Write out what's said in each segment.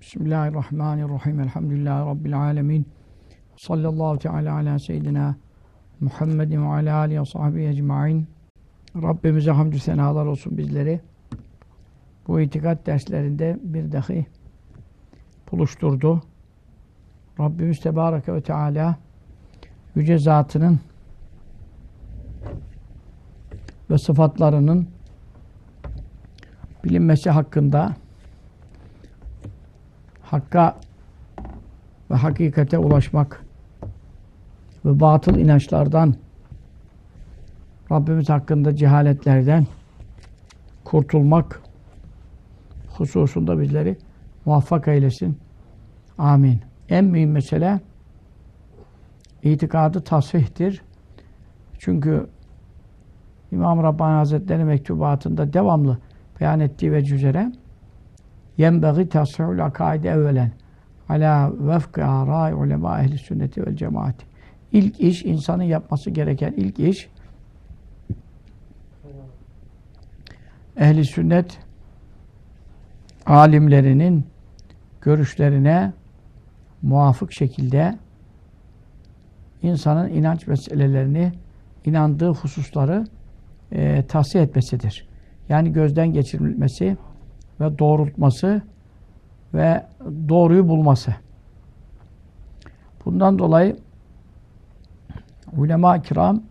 Bismillahirrahmanirrahim. Elhamdülillahi Rabbil alemin. Sallallahu teala ala seyyidina Muhammedin ve ala alihi ve sahbihi ecmain. Rabbimize hamdü senalar olsun bizleri. Bu itikat derslerinde bir dahi buluşturdu. Rabbimiz Tebareke ve Teala yüce zatının ve sıfatlarının bilinmesi hakkında hakka ve hakikate ulaşmak ve batıl inançlardan, Rabbimiz hakkında cehaletlerden kurtulmak hususunda bizleri muvaffak eylesin. Amin. En mühim mesele itikadı tasihtir. Çünkü İmam Rabbani Hazretleri mektubatında devamlı beyan ettiği vecih üzere yenbeği tasihul akaide evvelen ala vefkı arai ulema ehli sünneti vel cemaati. İlk iş, insanın yapması gereken ilk iş ehli sünnet alimlerinin görüşlerine muvafık şekilde insanın inanç meselelerini, inandığı hususları tahsih etmesidir. Yani gözden geçirilmesi ve doğrultması ve doğruyu bulması. Bundan dolayı ulema-i kiram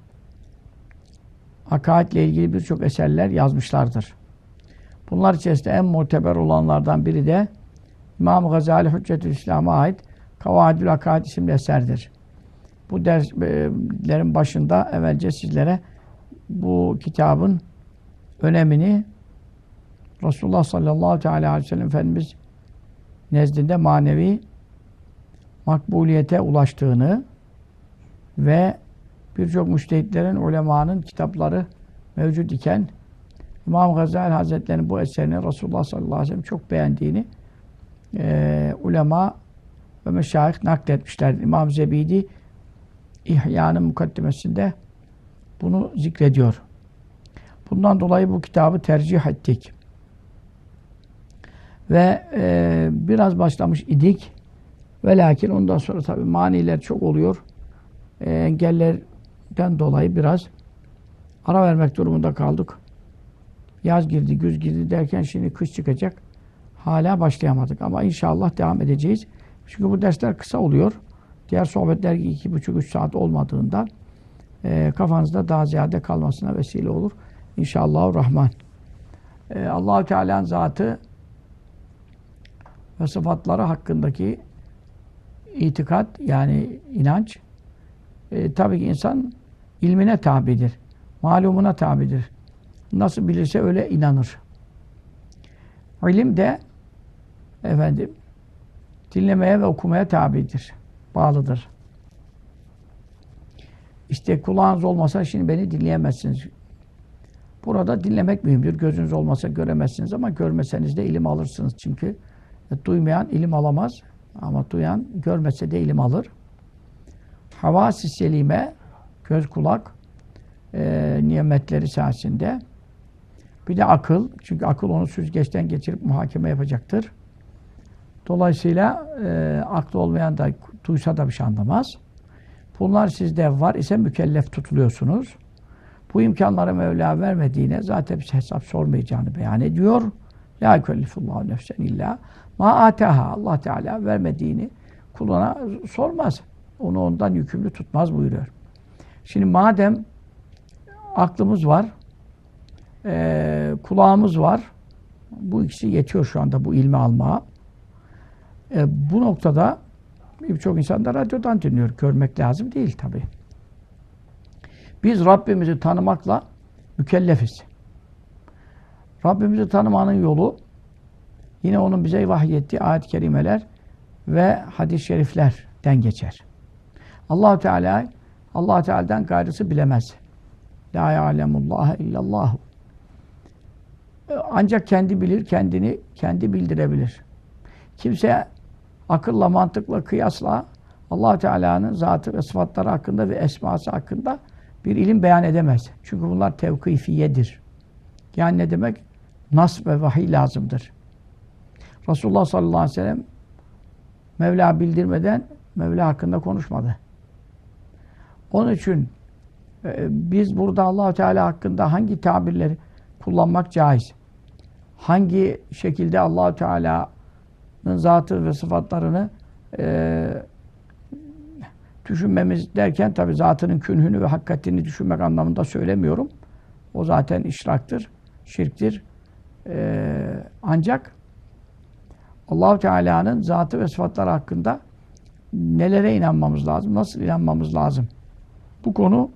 akaidle ilgili birçok eserler yazmışlardır. Bunlar içerisinde en muteber olanlardan biri de İmam Gazali Hüccetü'l-İslam'a ait Kavaidül Akaid isimli eserdir. Bu derslerin başında evvelce sizlere bu kitabın önemini Resulullah sallallahu aleyhi ve sellem Efendimiz nezdinde manevi makbuliyete ulaştığını ve birçok müştehitlerin, ulemanın kitapları mevcut iken İmam Gazali Hazretleri'nin bu eserini Resulullah sallallahu aleyhi ve sellem çok beğendiğini ulema ve meşayih nakletmişler. İmam Zebidi İhya'nın mukaddimesinde bunu zikrediyor. Bundan dolayı bu kitabı tercih ettik. Ve biraz başlamış idik. Ve lakin ondan sonra tabii maniler çok oluyor. Engellerden dolayı biraz ara vermek durumunda kaldık. Yaz girdi, güz girdi derken şimdi kış çıkacak. Hala başlayamadık ama inşallah devam edeceğiz. Çünkü bu dersler kısa oluyor. Diğer sohbetler 2,5-3 saat olmadığında kafanızda daha ziyade kalmasına vesile olur. İnşallahurrahman. Allah-u Teala'nın zatı ve sıfatları hakkındaki itikat, yani inanç, tabii ki insan ilmine tabidir. Malumuna tabidir. Nasıl bilirse öyle inanır. İlim de dinlemeye ve okumaya tabidir. Bağlıdır. İşte kulağınız olmasa şimdi beni dinleyemezsiniz. Burada dinlemek mühimdir. Gözünüz olmasa göremezsiniz ama görmeseniz de ilim alırsınız. Çünkü duymayan ilim alamaz. Ama duyan görmese de ilim alır. Havas-ı selime, göz kulak nimetleri sayesinde. Bir de akıl. Çünkü akıl onu süzgeçten geçirip muhakeme yapacaktır. Dolayısıyla aklı olmayan da duysa da bir şey anlamaz. Bunlar sizde var ise mükellef tutuluyorsunuz. Bu imkanları Mevla vermediğine zaten bir hesap sormayacağını beyan ediyor. La yükellifullahu nefsen illa ma ataha. Allah Teala vermediğini kuluna sormaz. Onu ondan yükümlü tutmaz buyuruyor. Şimdi madem aklımız var, kulağımız var, bu ikisi yetiyor şu anda bu ilmi almaya. Bu noktada birçok insan da radyodan dinliyor. Görmek lazım değil tabii. Biz Rabbimizi tanımakla mükellefiz. Rabbimizi tanımanın yolu yine onun bize vahyettiği ayet-i kerimeler ve hadis-i şeriflerden geçer. Allah Teala'dan gayrısı bilemez. La ya'lemullaha illallah. Ancak kendi bilir, kendi bildirebilir. Kimse akılla, mantıkla, kıyasla Allah Teala'nın zatı ve sıfatları hakkında ve esması hakkında bir ilim beyan edemez. Çünkü bunlar tevkifiyedir. Yani ne demek? Nas ve vahiy lazımdır. Resulullah sallallahu aleyhi ve sellem Mevla bildirmeden Mevla hakkında konuşmadı. Onun için biz burada Allah Teala hakkında hangi tabirleri kullanmak caiz? Hangi şekilde Allah Teala'nın zatı ve sıfatlarını düşünmemiz derken tabi zatının künhünü ve hakikatini düşünmek anlamında söylemiyorum. O zaten işraktır, şirktir. Ancak Allah Teala'nın zatı ve sıfatları hakkında nelere inanmamız lazım, nasıl inanmamız lazım? Bu konu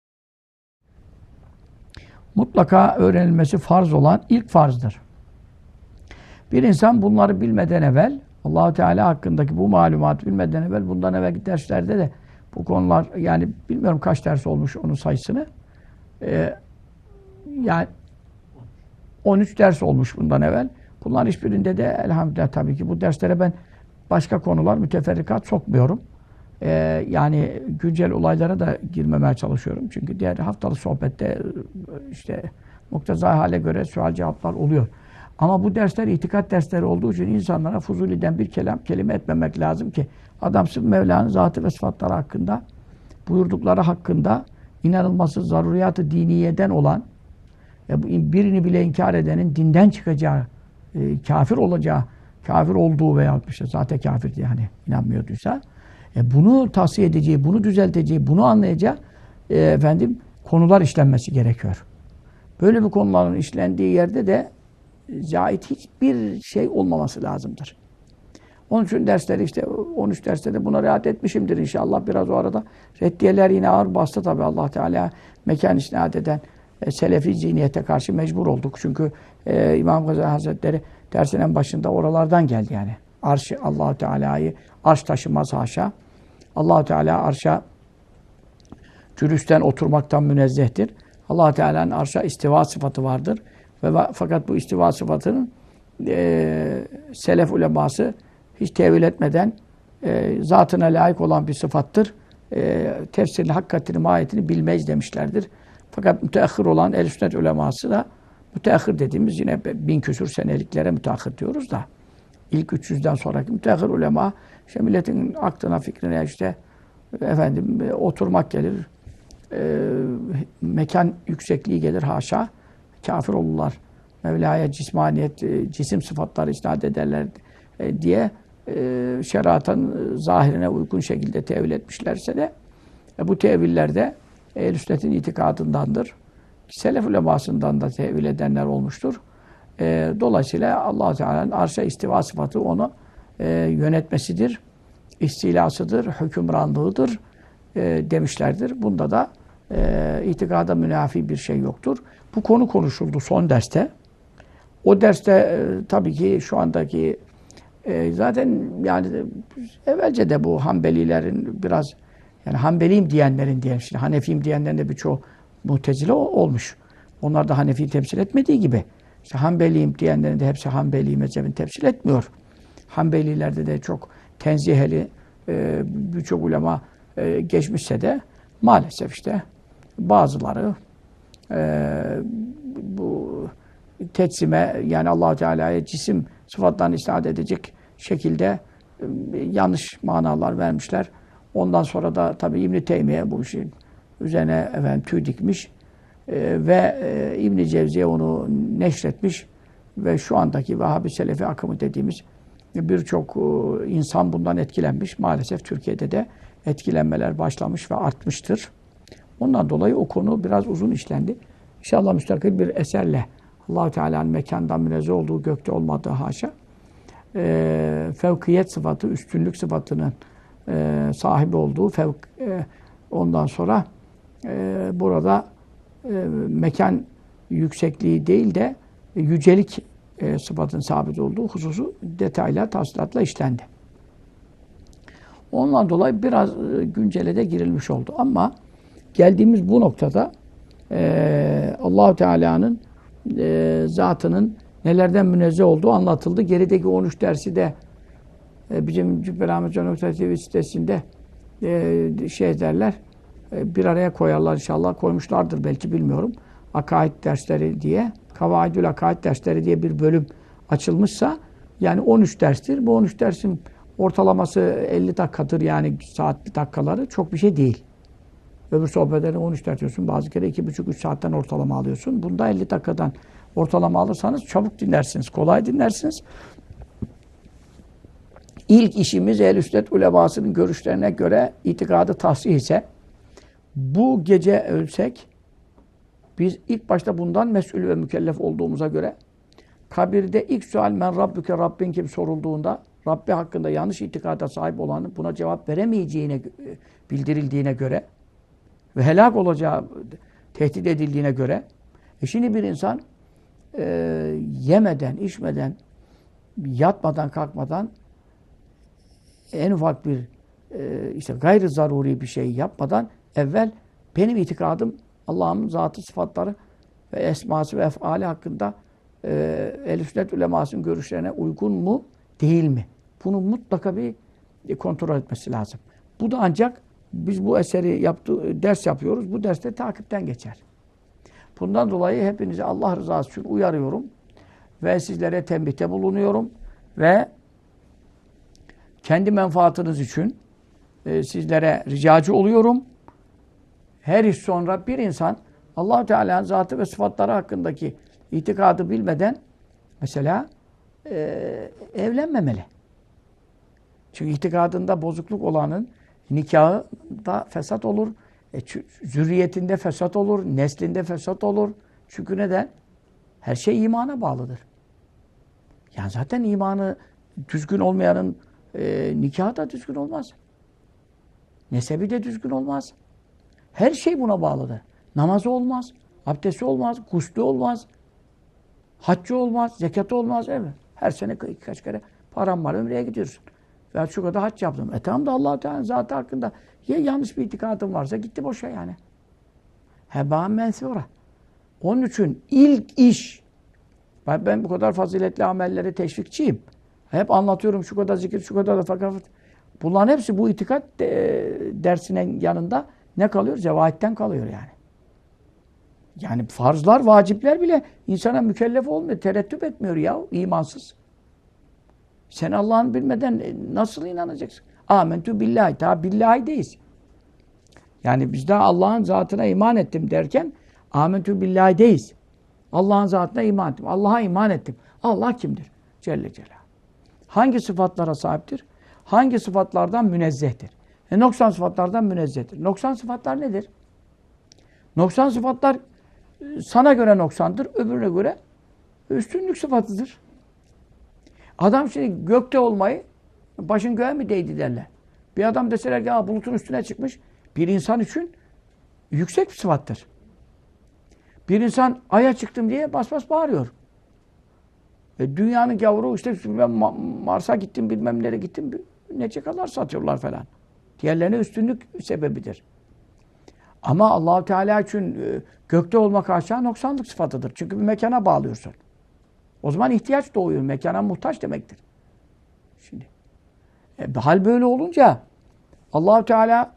mutlaka öğrenilmesi farz olan ilk farzdır. Bir insan bunları bilmeden evvel, Allah Teala hakkındaki bu malumatı bilmeden evvel, bundan evvelki derslerde de bu konular, yani bilmiyorum kaç ders olmuş onun sayısını. Yani 13 ders olmuş bundan evvel. Bunların hiçbirinde de elhamdülillah tabii ki bu derslere ben başka konular, müteferrikat sokmuyorum. Yani güncel olaylara da girmemeye çalışıyorum. Çünkü diğer haftalık sohbette işte muktezai hale göre sual cevaplar oluyor. Ama bu dersler itikat dersleri olduğu için insanlara fuzuliden bir kelime etmemek lazım ki adam sırf Mevla'nın zatı ve sıfatları hakkında, buyurdukları hakkında inanılması zaruriyat-ı diniyeden olan birini bile inkar edenin dinden çıkacağı, kafir olacağı, kafir olduğu veya işte zaten kafirdi yani inanmıyorduysa bunu tavsiye edeceği, bunu düzelteceği, bunu anlayacağı konular işlenmesi gerekiyor. Böyle bir konuların işlendiği yerde de zahit hiçbir şey olmaması lazımdır. Onun için dersleri işte 13 derste de buna riayet etmişimdir inşallah. Biraz o arada reddiyeler yine ağır bastı tabii Allah Teala mekan isnat eden Selefi zihniyete karşı mecbur olduk. Çünkü İmam Gazali Hazretleri dersin en başında oralardan geldi yani. Arş Allah Teala'yı arş taşımaz haşa. Allah Teala arşa cülüsten oturmaktan münezzehtir. Allah Teala'nın arşa istiva sıfatı vardır. Fakat bu istiva sıfatının selef uleması hiç tevil etmeden zatına layık olan bir sıfattır. Tefsirini, hakikatini, mahiyetini bilmeyiz demişlerdir. Fakat müteahhir olan ehl-i sünnet uleması da müteahhir dediğimiz yine 1000 küsur seneliklere müteahhir diyoruz da ilk 300'den sonraki müteahhir ulema işte milletin aklına, fikrine işte oturmak gelir. Mekan yüksekliği gelir haşa. Kafir olurlar. Mevla'ya cismaniyet, cisim sıfatları isnat ederler diye şeriatın zahirine uygun şekilde tevil etmişlerse de bu tevillerde ehl-i sünnetin itikadındandır. Selef ulemasından da tevil edenler olmuştur. Dolayısıyla Allah Teala'nın arşa istiva sıfatı onu yönetmesidir, istilasıdır, hükümranlığıdır demişlerdir. Bunda da itikada münafi bir şey yoktur. Bu konu konuşuldu son derste. O derste tabii ki şu andaki zaten yani evvelce de bu Hanbelilerin biraz yani Hanbeliyim diyenlerin diyelim şimdi Hanefiyim diyenlerin de birçoğu Mu'tezile olmuş. Onlar da Hanefi'yi temsil etmediği gibi işte Hanbeliyim diyenlerin de hepsi Hanbeli mezhebini temsil etmiyor. Hanbelilerde de çok tenziheli birçok ulema geçmişse de maalesef işte bazıları bu teçhime yani Allah Teala'ya cisim sıfatlarını isnat edecek şekilde yanlış manalar vermişler. Ondan sonra da tabii İbn-i Teymiye bu işin üzerine tüy dikmiş ve İbn-i Cevziye onu neşretmiş ve şu andaki Vehhabi Selefi akımı dediğimiz birçok insan bundan etkilenmiş. Maalesef Türkiye'de de etkilenmeler başlamış ve artmıştır. Ondan dolayı o konu biraz uzun işlendi. İnşallah müstakil bir eserle Allah-u Teala'nın mekandan münezzeh olduğu, gökte olmadığı haşa fevkiyet sıfatı, üstünlük sıfatının sahibi olduğu ondan sonra burada mekan yüksekliği değil de yücelik sıfatın sabit olduğu hususu detayla, tafsilatla işlendi. Ondan dolayı biraz güncele de girilmiş oldu. Ama geldiğimiz bu noktada Allah-u Teala'nın zatının nelerden münezzeh olduğu anlatıldı. Gerideki 13 dersi de bizim Cübbeli sitesinde şey derler, bir araya koyarlar inşallah. Koymuşlardır belki bilmiyorum. Akaid dersleri diye, Kavaidül Akaid dersleri diye bir bölüm açılmışsa Yani 13 derstir. Bu 13 dersin ortalaması 50 dakikadır yani saatli dakikaları çok bir şey değil. Öbür sohbetlerine 13 ders diyorsun. Bazı kere 2,5-3 saatten ortalama alıyorsun. Bunda 50 dakikadan ortalama alırsanız çabuk dinlersiniz. Kolay dinlersiniz. İlk işimiz ehl-i sünnet ulemasının görüşlerine göre itikadı tahsih ise bu gece ölsek biz ilk başta bundan mesul ve mükellef olduğumuza göre kabirde ilk sual men Rabbüke Rabbin kim sorulduğunda Rabbi hakkında yanlış itikada sahip olanın buna cevap veremeyeceğine bildirildiğine göre ve helak olacağı tehdit edildiğine göre şimdi bir insan yemeden, içmeden, yatmadan, kalkmadan en ufak bir işte gayri zaruri bir şey yapmadan evvel benim itikadım Allah'ın zatı, sıfatları ve esması ve efali hakkında ehl-i sünnet ulemasının görüşlerine uygun mu, değil mi? Bunu mutlaka bir kontrol etmesi lazım. Bu da ancak biz bu eseri ders yapıyoruz. Bu derste takipten geçer. Bundan dolayı hepinizi Allah rızası için uyarıyorum ve sizlere tembihte bulunuyorum ve kendi menfaatınız için sizlere ricacı oluyorum. Her iş sonra bir insan Allah-u Teala'nın zatı ve sıfatları hakkındaki itikadı bilmeden mesela evlenmemeli. Çünkü itikadında bozukluk olanın nikahında fesat olur, zürriyetinde fesat olur, neslinde fesat olur. Çünkü neden? Her şey imana bağlıdır. Yani zaten imanı düzgün olmayanın nikahı da düzgün olmaz. Nesebi de düzgün olmaz. Her şey buna bağlıdır. Namazı olmaz, abdesti olmaz, guslü olmaz, haccı olmaz, zekatı olmaz. Evet. Her sene kaç kere param var, ömreye gidiyorsun. Veya şu kadar hac yaptım. Tamam da Allah-u Teala'nın zatı hakkında ya yanlış bir itikadın varsa gitti boşa yani. Hebâ mensûra. Onun için ilk iş, ben bu kadar faziletli amellere teşvikçiyim. Hep anlatıyorum şu kadar zikir, şu kadar da fakat bunların hepsi bu itikat dersinin yanında ne kalıyor? Zevahitten kalıyor yani. Yani farzlar, vacipler bile insana mükellef olmuyor, tereddüt etmiyor ya imansız. Sen Allah'ın bilmeden nasıl inanacaksın? Âmentü billahi. Daha billahi'deyiz. Yani biz daha Allah'ın zatına iman ettim derken âmentü billahi'deyiz. Allah'ın zatına iman ettim. Allah'a iman ettim. Allah kimdir? Celle Celaluhu. Hangi sıfatlara sahiptir? Hangi sıfatlardan münezzehtir? Noksan sıfatlardan münezzehtir. Noksan sıfatlar nedir? Noksan sıfatlar sana göre noksandır, öbürüne göre üstünlük sıfatıdır. Adam şimdi gökte olmayı başın göğe mi değdi derler. Bir adam deseler ki bulutun üstüne çıkmış, bir insan için yüksek bir sıfattır. Bir insan aya çıktım diye bas bas bağırıyor. Dünyanın gavuru işte Mars'a gittim bilmem nereye gittim ne çakalar satıyorlar falan. Diğerlerine üstünlük sebebidir. Ama Allah-u Teala için gökte olmak aşağı noksanlık sıfatıdır. Çünkü bir mekana bağlıyorsun. O zaman ihtiyaç doğuyor. Mekana muhtaç demektir. Şimdi hal böyle olunca Allah-u Teala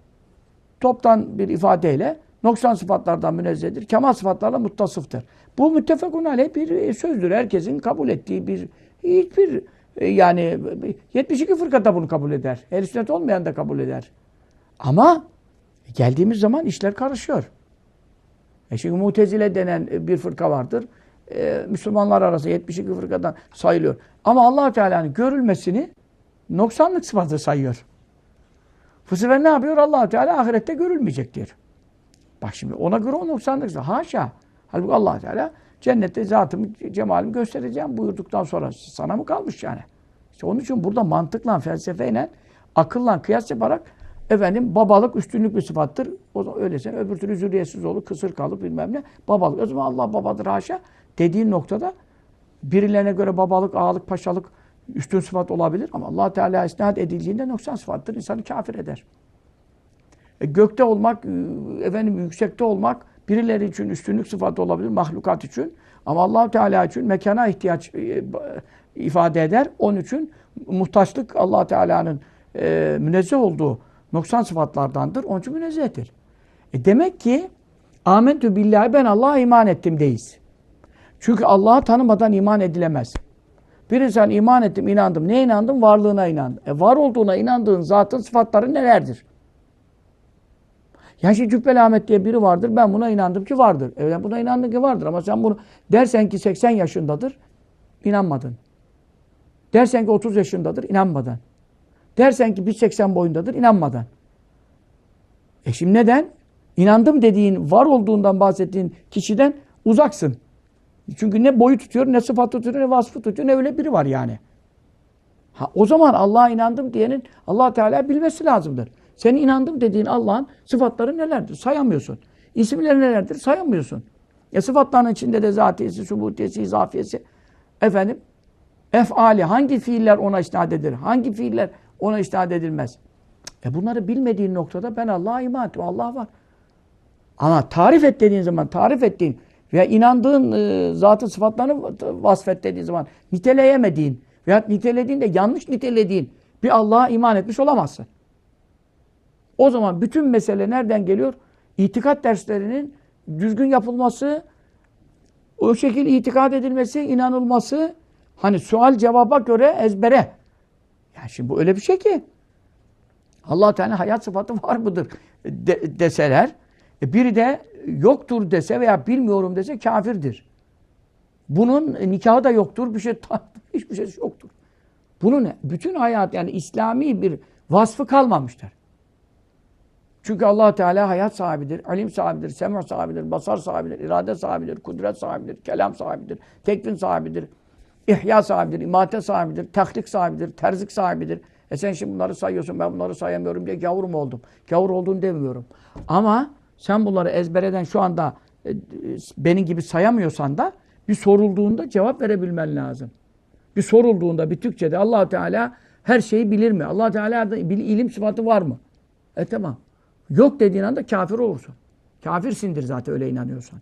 toptan bir ifadeyle noksan sıfatlardan münezzehtir. Kemal sıfatlarla muttasıftır. Bu müttefekun aleyh bir sözdür. Herkesin kabul ettiği hiçbir yani 72 fırkada bunu kabul eder. Ehl-i sünnet olmayan da kabul eder. Ama geldiğimiz zaman işler karışıyor. Şimdi Mutezile denen bir fırka vardır. Müslümanlar arasında 72 fırkadan sayılıyor. Ama Allah Teala'nın görülmesini noksanlık sıfatı sayıyor. Bu sefer ne yapıyor? Allah Teala ahirette görülmeyecek diyor. Bak şimdi ona göre o noksanlık sıfatı. Haşa. Halbuki Allah Teala cennette zatımı, cemalimi göstereceğim buyurduktan sonra sana mı kalmış yani? İşte onun için burada mantıkla, felsefeyle, akılla kıyas yaparak babalık üstünlük bir sıfattır. O zaman öyleyse öbür türlü zürriyetsiz olur, kısır kalıp bilmem ne. Babalık. O zaman Allah babadır haşa dediğin noktada birilerine göre babalık, ağalık, paşalık üstün sıfat olabilir ama Allah Teala isnat edildiğinde noksan sıfattır. İnsanı kafir eder. Gökte olmak, yüksekte olmak birileri için üstünlük sıfatı olabilir, mahlukat için. Ama Allah Teala için mekana ihtiyaç ifade eder. Onun için muhtaçlık Allah Teala'nın münezzeh olduğu noksan sıfatlardandır. Onun için münezzehtir. Demek ki Âmentü billahi ben Allah'a iman ettim deyiz. Çünkü Allah'ı tanımadan iman edilemez. Bir insan iman ettim, inandım. Neye inandım? Varlığına inandım. Var olduğuna inandığın zatın sıfatları nelerdir? Yani şimdi Cübbeli Ahmet diye biri vardır. Ben buna inandım ki vardır. Evet, buna inandım ki vardır. Ama sen bunu dersen ki 80 yaşındadır, inanmadın. Dersen ki 30 yaşındadır, inanmadın. Dersen ki 1,80 boyundadır, inanmadın. Şimdi neden? İnandım dediğin, var olduğundan bahsettiğin kişiden uzaksın. Çünkü ne boyu tutuyor, ne sıfat tutuyor, ne vasfı tutuyor, ne öyle biri var yani. O zaman Allah'a inandım diyenin Allah Teala bilmesi lazımdır. Senin inandım dediğin Allah'ın sıfatları nelerdir? Sayamıyorsun. İsimleri nelerdir? Sayamıyorsun. Sıfatların içinde de zatiyesi, subutiyesi, izafiyesi, efendim, efali, hangi fiiller ona isnat edilir? Hangi fiiller ona isnat edilmez? Bunları bilmediğin noktada ben Allah'a iman ettim. Allah var. Ama tarif et dediğin zaman, tarif ettiğin veya inandığın zatın sıfatlarını vasfet dediğin zaman niteleyemediğin veya nitelediğinde yanlış nitelediğin bir Allah'a iman etmiş olamazsın. O zaman bütün mesele nereden geliyor? İtikat derslerinin düzgün yapılması, o şekilde itikad edilmesi, inanılması, hani sual cevaba göre ezbere. Yani şimdi bu öyle bir şey ki Allah Teala hayat sıfatı var mıdır deseler, biri de yoktur dese veya bilmiyorum dese kafirdir. Bunun nikahı da yoktur, hiçbir şey yoktur. Bunun bütün hayat yani İslami bir vasfı kalmamıştır. Çünkü Allah Teala hayat sahibidir, ilim sahibidir, sem'a sahibidir, basar sahibidir, irade sahibidir, kudret sahibidir, kelam sahibidir, tekvin sahibidir, ihya sahibidir, imate sahibidir, tahrik sahibidir, terzik sahibidir. Sen şimdi bunları sayıyorsun, ben bunları sayamıyorum diye gavur mu oldum? Gavur olduğunu demiyorum. Ama sen bunları ezbereden şu anda benim gibi sayamıyorsan da bir sorulduğunda cevap verebilmen lazım. Bir sorulduğunda bir Türkçe'de Allah Teala her şeyi bilir mi? Allah Teala'da ilim sıfatı var mı? Tamam. Yok dediğin anda kafir olursun. Kafirsindir zaten öyle inanıyorsan.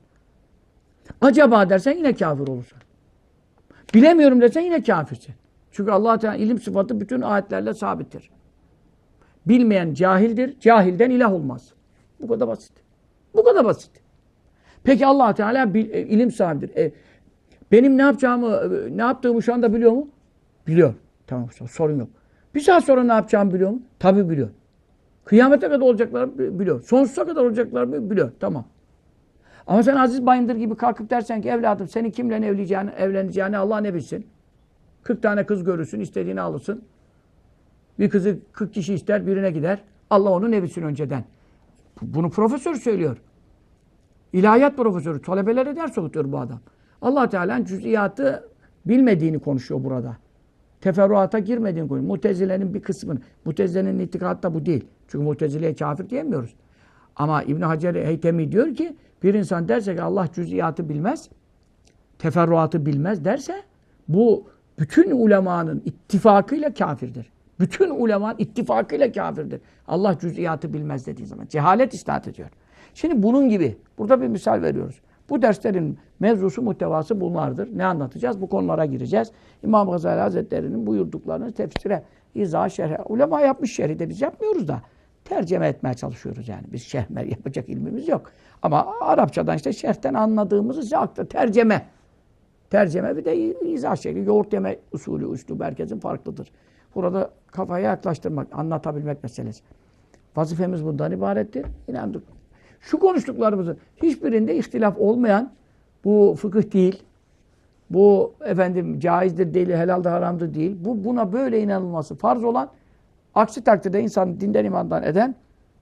Acaba dersen yine kafir olursun. Bilemiyorum dersen yine kafirsin. Çünkü Allah Teala ilim sıfatı bütün ayetlerle sabittir. Bilmeyen cahildir. Cahilden ilah olmaz. Bu kadar basit. Bu kadar basit. Peki Allah Teala ilim sahibidir. Benim ne yaptığımı şu anda biliyor mu? Biliyor. Tamam, sorun yok. Bir saat sonra ne yapacağımı biliyor mu? Tabii biliyor. Kıyamete kadar olacaklar biliyor. Sonsuza kadar olacaklar biliyor. Tamam. Ama sen Aziz Bayındır gibi kalkıp dersen ki evladım senin kimle evleneceğini Allah ne bilsin? 40 tane kız görürsün, istediğini alırsın. Bir kızı 40 kişi ister, birine gider. Allah onu ne bilsin önceden? Bunu profesör söylüyor. İlahiyat profesörü. Talebelere ders okutuyor bu adam. Allah Teala'nın cüz'iyatı bilmediğini konuşuyor burada. Teferruata girmediğini konuşuyor. Mutezile'nin bir kısmını. Mutezile'nin itikadı da bu değil. Çünkü Mutezile'ye kafir diyemiyoruz. Ama İbn Hacer Heytemi diyor ki bir insan derse ki Allah cüz'iyatı bilmez, teferruatı bilmez derse bu bütün ulemanın ittifakıyla kafirdir. Bütün ulemanın ittifakıyla kafirdir. Allah cüz'iyatı bilmez dediği zaman. Cehalet isnat ediyor. Şimdi bunun gibi. Burada bir misal veriyoruz. Bu derslerin mevzusu, muhtevası bunlardır. Ne anlatacağız? Bu konulara gireceğiz. İmam Gazali Hazretleri'nin buyurduklarını tefsire, izah, şerhe. Ulema yapmış şerhi de biz yapmıyoruz da. Tercüme etmeye çalışıyoruz yani. Biz şerh yapacak ilmimiz yok. Ama Arapçadan işte şerhten anladığımızı akla tercüme. Tercüme bir de izah şekli. Yoğurt yeme usulü, üslubu herkesin farklıdır. Burada kafaya yaklaştırmak, anlatabilmek meselesi. Vazifemiz bundan ibarettir. İnandık. Şu konuştuklarımızın hiçbirinde ihtilaf olmayan bu fıkıh değil. Bu caizdir değil, helaldir, haramdır değil. Buna böyle inanılması farz olan, aksi takdirde insan dinden imandan eden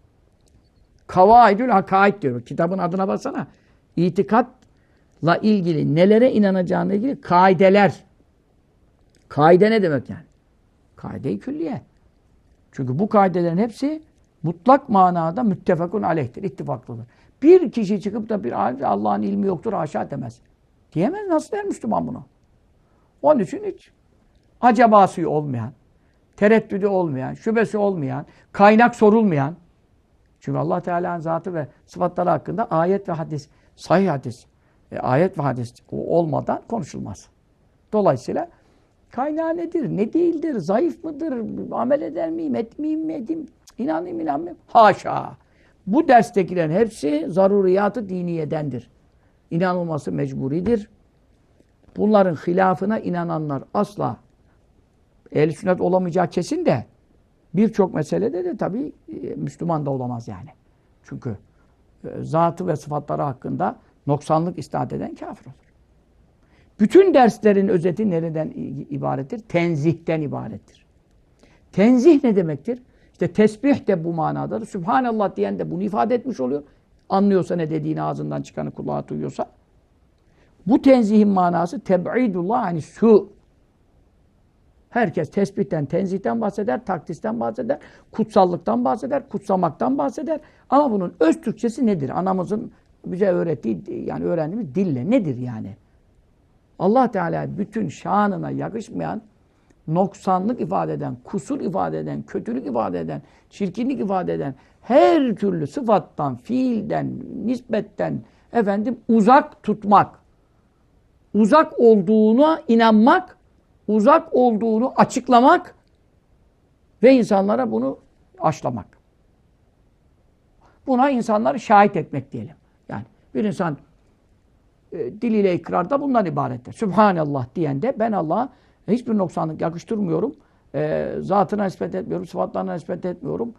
kavaidül hakaid diyor. Kitabın adına baksana. İtikatla ilgili nelere inanacağına ilgili kaideler. Kaide ne demek yani? Kaide-i külliye. Çünkü bu kaidelerin hepsi mutlak manada müttefakun aleyhtir, ittifaklıdır. Bir kişi çıkıp da bir Allah'ın ilmi yoktur, haşa demez. Diyemez, nasıl der Müslüman bunu? Onun için hiç acabası olmayan, tereddüdü olmayan, şüphesi olmayan, kaynak sorulmayan. Çünkü Allah Teala'nın zatı ve sıfatları hakkında ayet ve hadis, sahih hadis, ayet ve hadis olmadan konuşulmaz. Dolayısıyla kaynağı nedir, ne değildir, zayıf mıdır, amel eder miyim, etmeyeyim mi, edeyim, inanayım, inanmayayım? Haşa! Bu derstekilerin hepsi zaruriyatı diniyedendir. İnanılması mecburidir. Bunların hilafına inananlar asla ehl-i sünnet olamayacağı kesin de birçok meselede de tabii Müslüman da olamaz yani. Çünkü zatı ve sıfatları hakkında noksanlık isnat eden kafir olur. Bütün derslerin özeti nereden ibarettir? Tenzihten ibarettir. Tenzih ne demektir? İşte tesbih de bu manadadır. Sübhanallah diyen de bunu ifade etmiş oluyor. Anlıyorsa ne dediğini, ağzından çıkanı kulağı duyuyorsa. Bu tenzihin manası teb'idullah hani su. Herkes tesbihten, tenzihten bahseder, takdisten bahseder, kutsallıktan bahseder, kutsamaktan bahseder. Ama bunun öz Türkçesi nedir? Anamızın bize öğrettiği, yani öğrendiğimiz dille nedir yani? Allah Teala bütün şanına yakışmayan, noksanlık ifade eden, kusur ifade eden, kötülük ifade eden, çirkinlik ifade eden her türlü sıfattan, fiilden, nisbetten uzak tutmak, uzak olduğuna inanmak, uzak olduğunu açıklamak ve insanlara bunu aşılamak. Buna insanları şahit etmek diyelim. Yani bir insan diliyle ikrarda bundan ibarettir. Sübhanallah diyen de ben Allah'a hiçbir noksanlık yakıştırmıyorum. Zatına nispet etmiyorum, sıfatlarına nispet etmiyorum.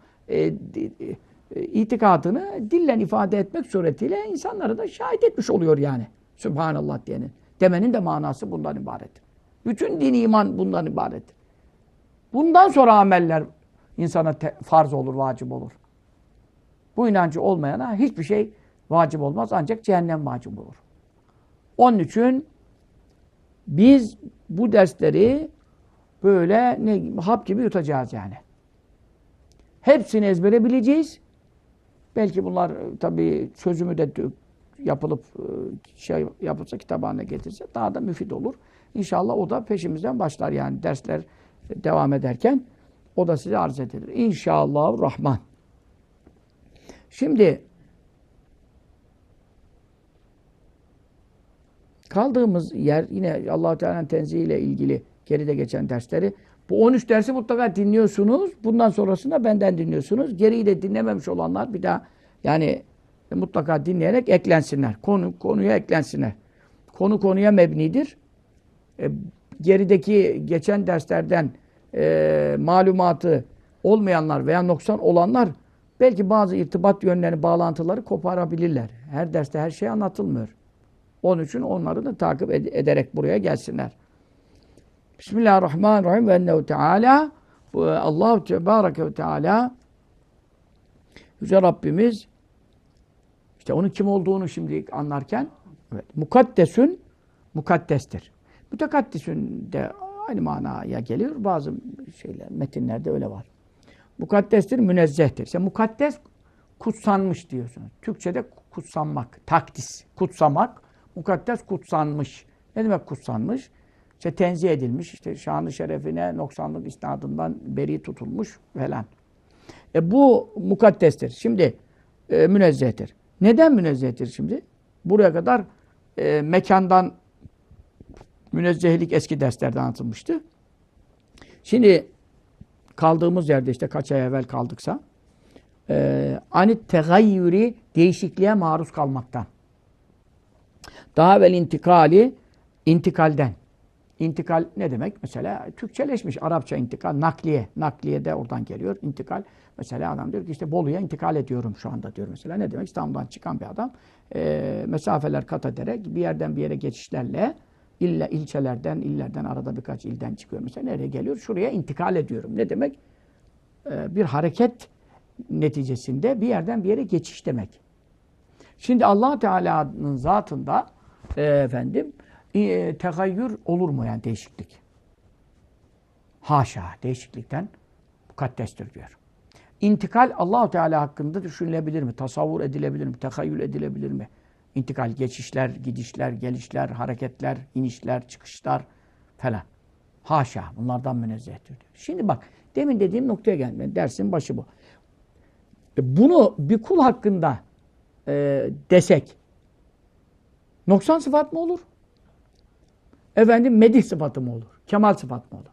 İtikadını dille ifade etmek suretiyle insanları da şahit etmiş oluyor yani. Sübhanallah diyenin. Demenin de manası bundan ibarettir. Bütün dini iman bundan ibarettir. Bundan sonra ameller insana farz olur, vacip olur. Bu inancı olmayana hiçbir şey vacip olmaz. Ancak cehennem vacip olur. Onun için biz bu dersleri böyle hap gibi yutacağız yani. Hepsini ezbere bileceğiz. Belki bunlar tabii çözümü de yapılıp yapılsa kitap haline getirse daha da müfit olur. İnşallah o da peşimizden başlar yani dersler devam ederken o da size arz edilir. İnşallah Rahman. Şimdi kaldığımız yer yine Allah-u Teala'nın tenzihiyle ilgili geride geçen dersleri. Bu 13 dersi mutlaka dinliyorsunuz. Bundan sonrasında benden dinliyorsunuz. Geriyi de dinlememiş olanlar bir daha yani mutlaka dinleyerek eklensinler. Konuya eklensinler. Konu konuya mebnidir. Gerideki geçen derslerden malumatı olmayanlar veya noksan olanlar belki bazı irtibat yönlerini, bağlantıları koparabilirler. Her derste her şey anlatılmıyor. Onun için onları da takip ederek buraya gelsinler. Bismillahirrahmanirrahim ve ennehu teala Allah-u Tebareke ve Teala Yüce Rabbimiz işte onun kim olduğunu şimdi anlarken evet, mukaddesün mukaddestir. Mütekaddisün de aynı manaya geliyor. Bazı şeyler, metinlerde öyle var. Mukaddestir, münezzehtir. İşte mukaddes kutsanmış diyorsunuz. Türkçe'de kutsanmak, takdis, kutsamak. Mukaddes kutsanmış. Ne demek kutsanmış? İşte tenzih edilmiş, işte şanı şerefine noksanlık isnadından beri tutulmuş falan. Bu mukaddestir. Şimdi münezzehtir. Neden münezzehtir şimdi? Buraya kadar mekandan münezzehlik eski derslerde anlatılmıştı. Şimdi kaldığımız yerde işte kaç ay evvel kaldıksa anit tegayyüri değişikliğe maruz kalmaktan. Daha evvel intikalden. İntikal ne demek? Mesela Türkçeleşmiş Arapça intikal, nakliye. Nakliye de oradan geliyor. İntikal. Mesela adam diyor ki işte Bolu'ya intikal ediyorum şu anda diyor mesela. Ne demek? İstanbul'dan çıkan bir adam mesafeler kat ederek bir yerden bir yere geçişlerle illerden arada birkaç ilden çıkıyor. Mesela nereye geliyor? Şuraya intikal ediyorum. Ne demek? Bir hareket neticesinde bir yerden bir yere geçiş demek. Şimdi Allah Teala'nın zatında tegayyür olur mu yani değişiklik? Haşa, değişiklikten mukaddestir diyor. İntikal Allah Teala hakkında düşünülebilir mi? Tasavvur edilebilir mi? Tehayyül edilebilir mi? İntikal, geçişler, gidişler, gelişler, hareketler, inişler, çıkışlar falan. Haşa, bunlardan münezzehtir diyor. Şimdi bak, demin dediğim noktaya geldim. Dersin başı bu. Bunu bir kul hakkında desek, noksan sıfat mı olur? Medih sıfatı mı olur? Kemal sıfat mı olur?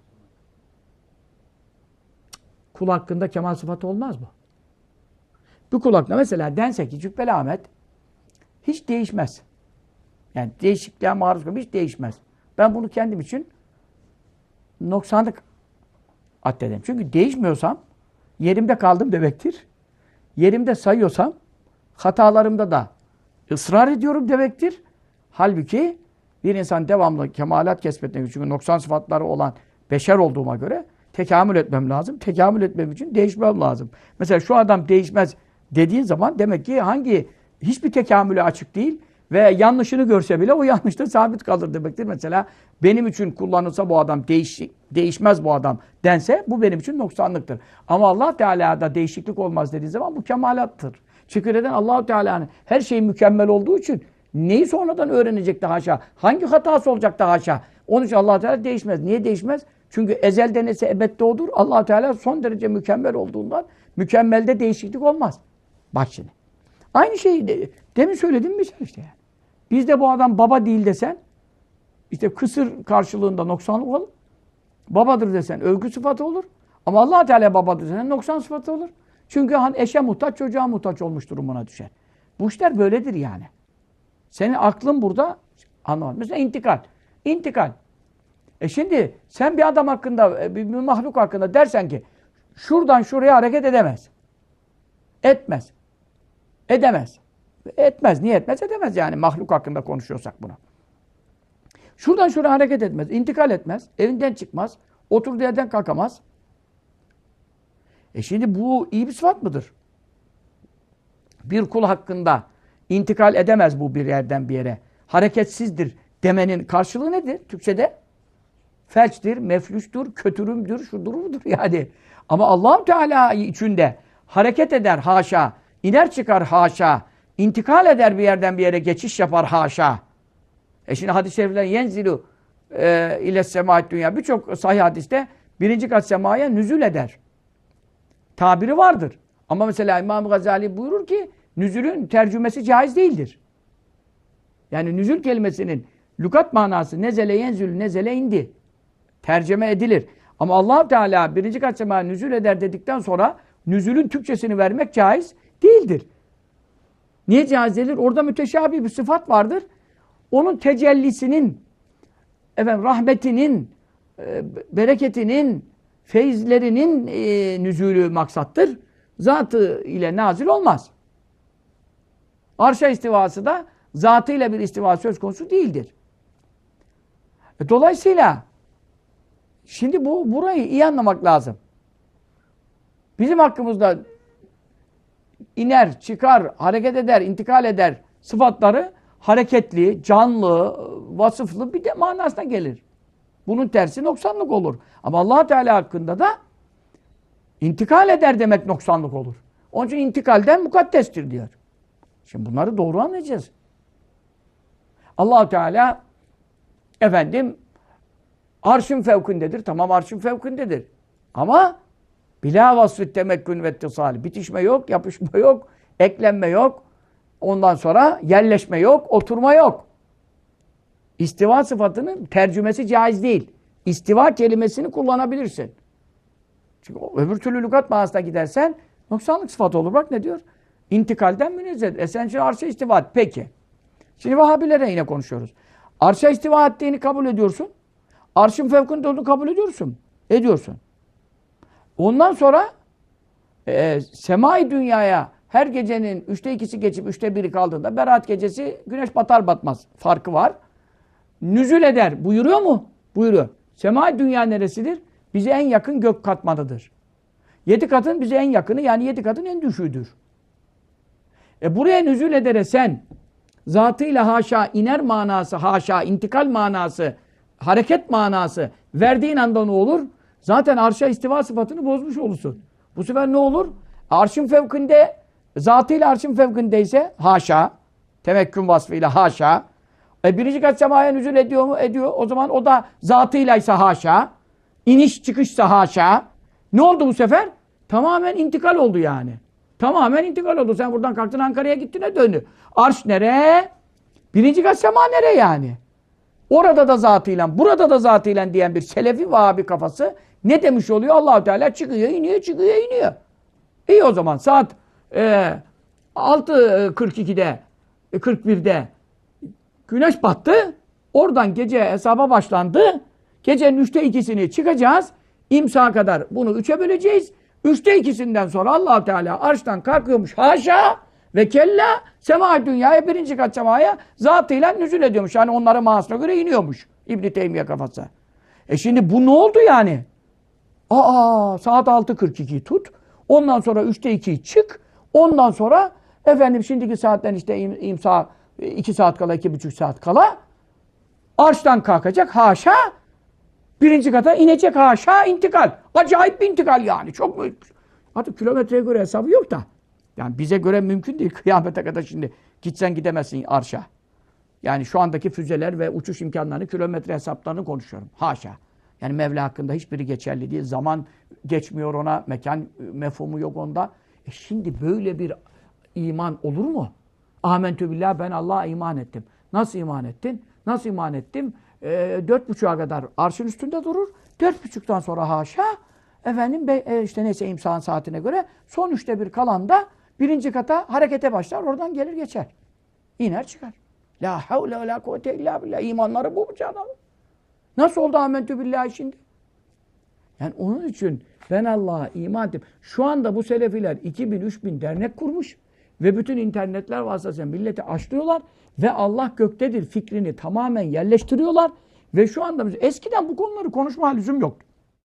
Kul hakkında kemal sıfatı olmaz mı? Bir kul hakkında mesela dense ki Cübbeli Ahmet hiç değişmez. Yani değişikliğe maruz kalmış hiç değişmez. Ben bunu kendim için noksanlık addederim. Çünkü değişmiyorsam yerimde kaldım demektir. Yerimde sayıyorsam hatalarımda da ısrar ediyorum demektir. Halbuki bir insan devamlı kemalat kesbetmek için, çünkü noksan sıfatları olan beşer olduğuma göre tekamül etmem lazım. Tekamül etmem için değişmem lazım. Mesela şu adam değişmez dediğin zaman demek ki hiçbir tekamüle açık değil ve yanlışını görse bile o yanlışta sabit kalır demektir. Mesela benim için kullanılsa bu adam değişmez bu adam dense bu benim için noksanlıktır. Ama Allah Teala'da değişiklik olmaz dediği zaman bu kemalattır. Çünkü neden? Allah-u Teala'nın her şeyi mükemmel olduğu için neyi sonradan öğrenecek de haşa? Hangi hatası olacak da haşa? Onun için Allah Teala değişmez. Niye değişmez? Çünkü ezelde neyse ebedde odur. Allah Teala son derece mükemmel olduğundan mükemmelde değişiklik olmaz. Bak şimdi. Aynı şeyi demin söyledim mi sen işte yani. Bizde bu adam baba değil desen işte kısır karşılığında noksanlık olur. Babadır desen övgü sıfatı olur. Ama Allah Teala babadır desen noksan sıfatı olur. Çünkü eşe muhtaç, çocuğa muhtaç olmuş durumuna düşer. Bu işler böyledir yani. Senin aklın burada anlamadım. Mesela intikal. İntikal. Şimdi sen bir adam hakkında, bir mahluk hakkında dersen ki şuradan şuraya hareket edemez. Etmez. Edemez. Etmez. Niye etmez? Edemez yani. Mahluk hakkında konuşuyorsak bunu. Şuradan şuraya hareket etmez. İntikal etmez. Evinden çıkmaz. Oturduğu yerden kalkamaz. Şimdi bu iyi bir sıfat mıdır? Bir kul hakkında intikal edemez bu bir yerden bir yere. Hareketsizdir demenin karşılığı nedir Türkçe'de? Felçtir, meflüştür, kötürümdür, şudur budur yani. Ama Allah-u Teala içinde hareket eder haşa, iner çıkar haşa, intikal eder bir yerden bir yere geçiş yapar haşa. Şimdi hadis-i şerifler yenzilu ile semâet dünya. Birçok sahih hadiste birinci kat semaya nüzül eder. Tabiri vardır. Ama mesela İmam Gazali buyurur ki nüzülün tercümesi caiz değildir. Yani nüzül kelimesinin lügat manası nezele yenzül nezele indi. Tercüme edilir. Ama Allah Teala birinci kat semaya nüzül eder dedikten sonra nüzülün Türkçesini vermek caiz değildir. Niye caiz değildir? Orada müteşabih bir sıfat vardır. Onun tecellisinin, rahmetinin, bereketinin, feyizlerinin nüzulü maksattır. Zatı ile nazil olmaz. Arşa istivası da zatıyla bir istiva söz konusu değildir. Dolayısıyla şimdi burayı iyi anlamak lazım. Bizim hakkımızda iner, çıkar, hareket eder, intikal eder sıfatları hareketli, canlı, vasıflı bir de manasına gelir. Bunun tersi noksanlık olur. Ama Allah Teala hakkında da intikal eder demek noksanlık olur. Onun için intikalden mukaddestir diyor. Şimdi bunları doğru anlayacağız. Allah Teala arşın fevkindedir. Tamam arşın fevkindedir. Ama bilâ vasfı temekkün ve ittisâli. Bitişme yok, yapışma yok, eklenme yok. Ondan sonra yerleşme yok, oturma yok. İstiva sıfatının tercümesi caiz değil. İstiva kelimesini kullanabilirsin. Çünkü öbür türlü lügat manasına gidersen noksanlık sıfatı olur. Bak ne diyor? İntikalden münezzeh. Sen şimdi arşa istiva et. Peki. Şimdi Vahhabilere yine konuşuyoruz. Arşa istiva ettiğini kabul ediyorsun. Arşın fevkinde olduğunu kabul ediyorsun. Ediyorsun. Ondan sonra semai dünyaya her gecenin 2/3'ü geçip 1/3 kaldığında Berat gecesi güneş batar batmaz farkı var. Nüzül eder. Buyuruyor mu? Buyuruyor. Semai dünya neresidir? Bize en yakın gök katmanıdır. 7 katın bize en yakını yani 7 katın en düşüğüdür. Buraya nüzül edere sen zatıyla haşa iner manası, haşa intikal manası, hareket manası verdiğin anda ne olur? Zaten arşa istiva sıfatını bozmuş olursun. Bu sefer ne olur? Arşın fevkinde, zatıyla arşın fevkindeyse haşa, temekkün vasfıyla haşa. Birinci kat semaya nüzul ediyor mu? Ediyor. O zaman o da zatıylaysa haşa, iniş çıkışsa haşa. Ne oldu bu sefer? Tamamen intikal oldu yani. Tamamen intikal oldu. Sen buradan kalktın Ankara'ya gittin döndü. Arş nereye? Birinci kat sema nereye yani? Orada da zatıyla, burada da zatıyla diyen bir Selefi Vahabi kafası ne demiş oluyor? Allah-u Teala çıkıyor, iniyor, çıkıyor, iniyor. İyi o zaman saat 6:42'de, 41'de güneş battı. Oradan gece hesaba başlandı. Gecenin 2'sini çıkacağız. İmsaha kadar bunu 3'e böleceğiz. 2'sinden sonra Allah Teala arştan kalkıyormuş. Haşa ve kella sema dünyaya, 1. kat semaya zatıyla nüzul ediyormuş. Yani onların mahasına göre iniyormuş. İbn-i Teymiye kafası. Şimdi bu ne oldu yani? Saat 6:42 tut. Ondan sonra 2 çık. Ondan sonra efendim şimdiki saatten işte imsa 2 saat kala, 2,5 saat kala arştan kalkacak. Haşa. 1. kata inecek. Haşa intikal. Acayip bir intikal yani. Çok büyük. Artık kilometreye göre hesabı yok da. Yani bize göre mümkün değil. Kıyamete kadar şimdi gitsen gidemezsin arşa. Yani şu andaki füzeler ve uçuş imkanlarını, kilometre hesaplarını konuşuyorum. Haşa. Yani Mevla hakkında hiçbiri geçerli değil. Zaman geçmiyor ona. Mekan mefhumu yok onda. Şimdi böyle bir iman olur mu? Amentü billah, ben Allah'a iman ettim. Nasıl iman ettin? Nasıl iman ettim? 4.30'a kadar arşın üstünde durur. 4.30'dan sonra haşa. Efendim işte neyse imsağın saatine göre son 1/3 kalan da 1. kata harekete başlar. Oradan gelir geçer. İner çıkar. La havle ve la kuvvete illa billah. İmanları bu canım. Nasıl oldu amentü billahi şimdi? Yani onun için ben Allah'a iman ettim. Şu anda bu selefiler 2000-3000 dernek kurmuş ve bütün internetler vasıtasıyla milleti aşılıyorlar ve Allah göktedir fikrini tamamen yerleştiriyorlar ve şu anda eskiden bu konuları konuşma lüzum yoktu.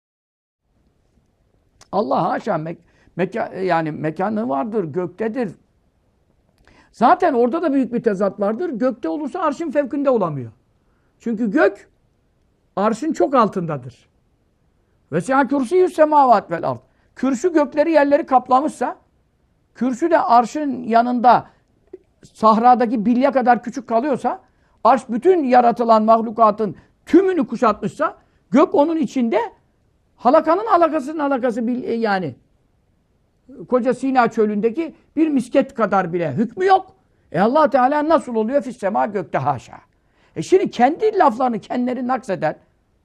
Allah haşa yani mekanı vardır, göktedir. Zaten orada da büyük bir tezat vardır. Gökte olursa arşın fevkinde olamıyor. Çünkü gök arşın çok altındadır. Ve sâ kürsüyü's semâvât vel ard. Kürsü gökleri yerleri kaplamışsa, kürsü de arşın yanında sahradaki bilye kadar küçük kalıyorsa, arş bütün yaratılan mahlukatın tümünü kuşatmışsa, gök onun içinde halakanın halakasının halakası yani koca Sina çölündeki bir misket kadar bile hükmü yok. Allah Teala nasıl oluyor? Fissema gökte haşa. Şimdi kendi laflarını kendileri nakseder.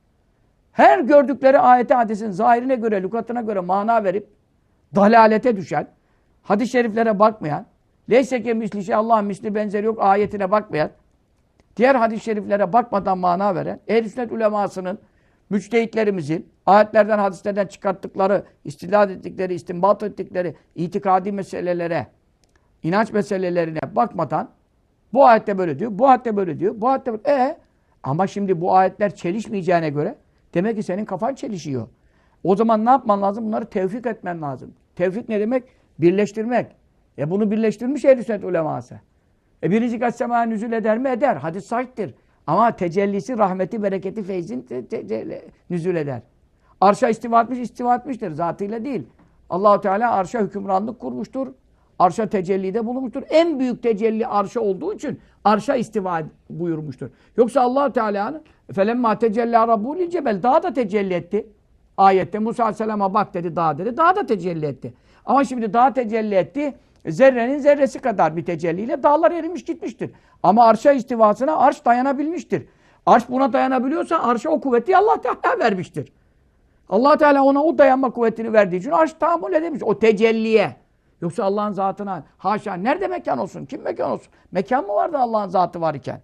Her gördükleri ayete hadisin zahirine göre, lügatına göre mana verip dalalete düşen, hadis-i şeriflere bakmayan, leyseke misli şey, Allah'ın misli benzeri yok ayetine bakmayan, diğer hadis-i şeriflere bakmadan mana veren, ehl-i sünnet ulemasının, müçtehitlerimizin, ayetlerden, hadislerden çıkarttıkları, istidlal ettikleri, istinbat ettikleri itikadi meselelere, inanç meselelerine bakmadan, bu ayette böyle diyor, bu ayette böyle diyor, bu ayette böyle. Ama şimdi bu ayetler çelişmeyeceğine göre, demek ki senin kafan çelişiyor. O zaman ne yapman lazım? Bunları tevfik etmen lazım. Tevfik ne demek? Birleştirmek. Bunu birleştirmiş ehl-i sünnet uleması. 1. kat semaya nüzul eder mi? Eder. Hadis sahihtir. Ama tecellisi, rahmeti, bereketi, feyzin nüzul eder. Arşa istiva etmiştir. Zatıyla değil. Allah-u Teala arşa hükümranlık kurmuştur. Arşa tecellide bulunmuştur. En büyük tecelli arşa olduğu için arşa istiva buyurmuştur. Yoksa Allah-u Teala'nın felemma tecella rabbuhu lil cebel, daha da tecelli etti. Ayette Musa Aleyhisselam'a bak dedi, dağ dedi. Daha da tecelli etti. Ama şimdi daha tecelli etti. Zerrenin zerresi kadar bir tecelliyle dağlar erimiş gitmiştir. Ama arşa istivasına arş dayanabilmiştir. Arş buna dayanabiliyorsa arşa o kuvveti Allah Teala vermiştir. Allah Teala ona o dayanma kuvvetini verdiği için arş tahammül edemiş. O tecelliye. Yoksa Allah'ın zatına haşa nerede mekan olsun? Kim mekan olsun? Mekan mı vardı Allah'ın zatı var iken?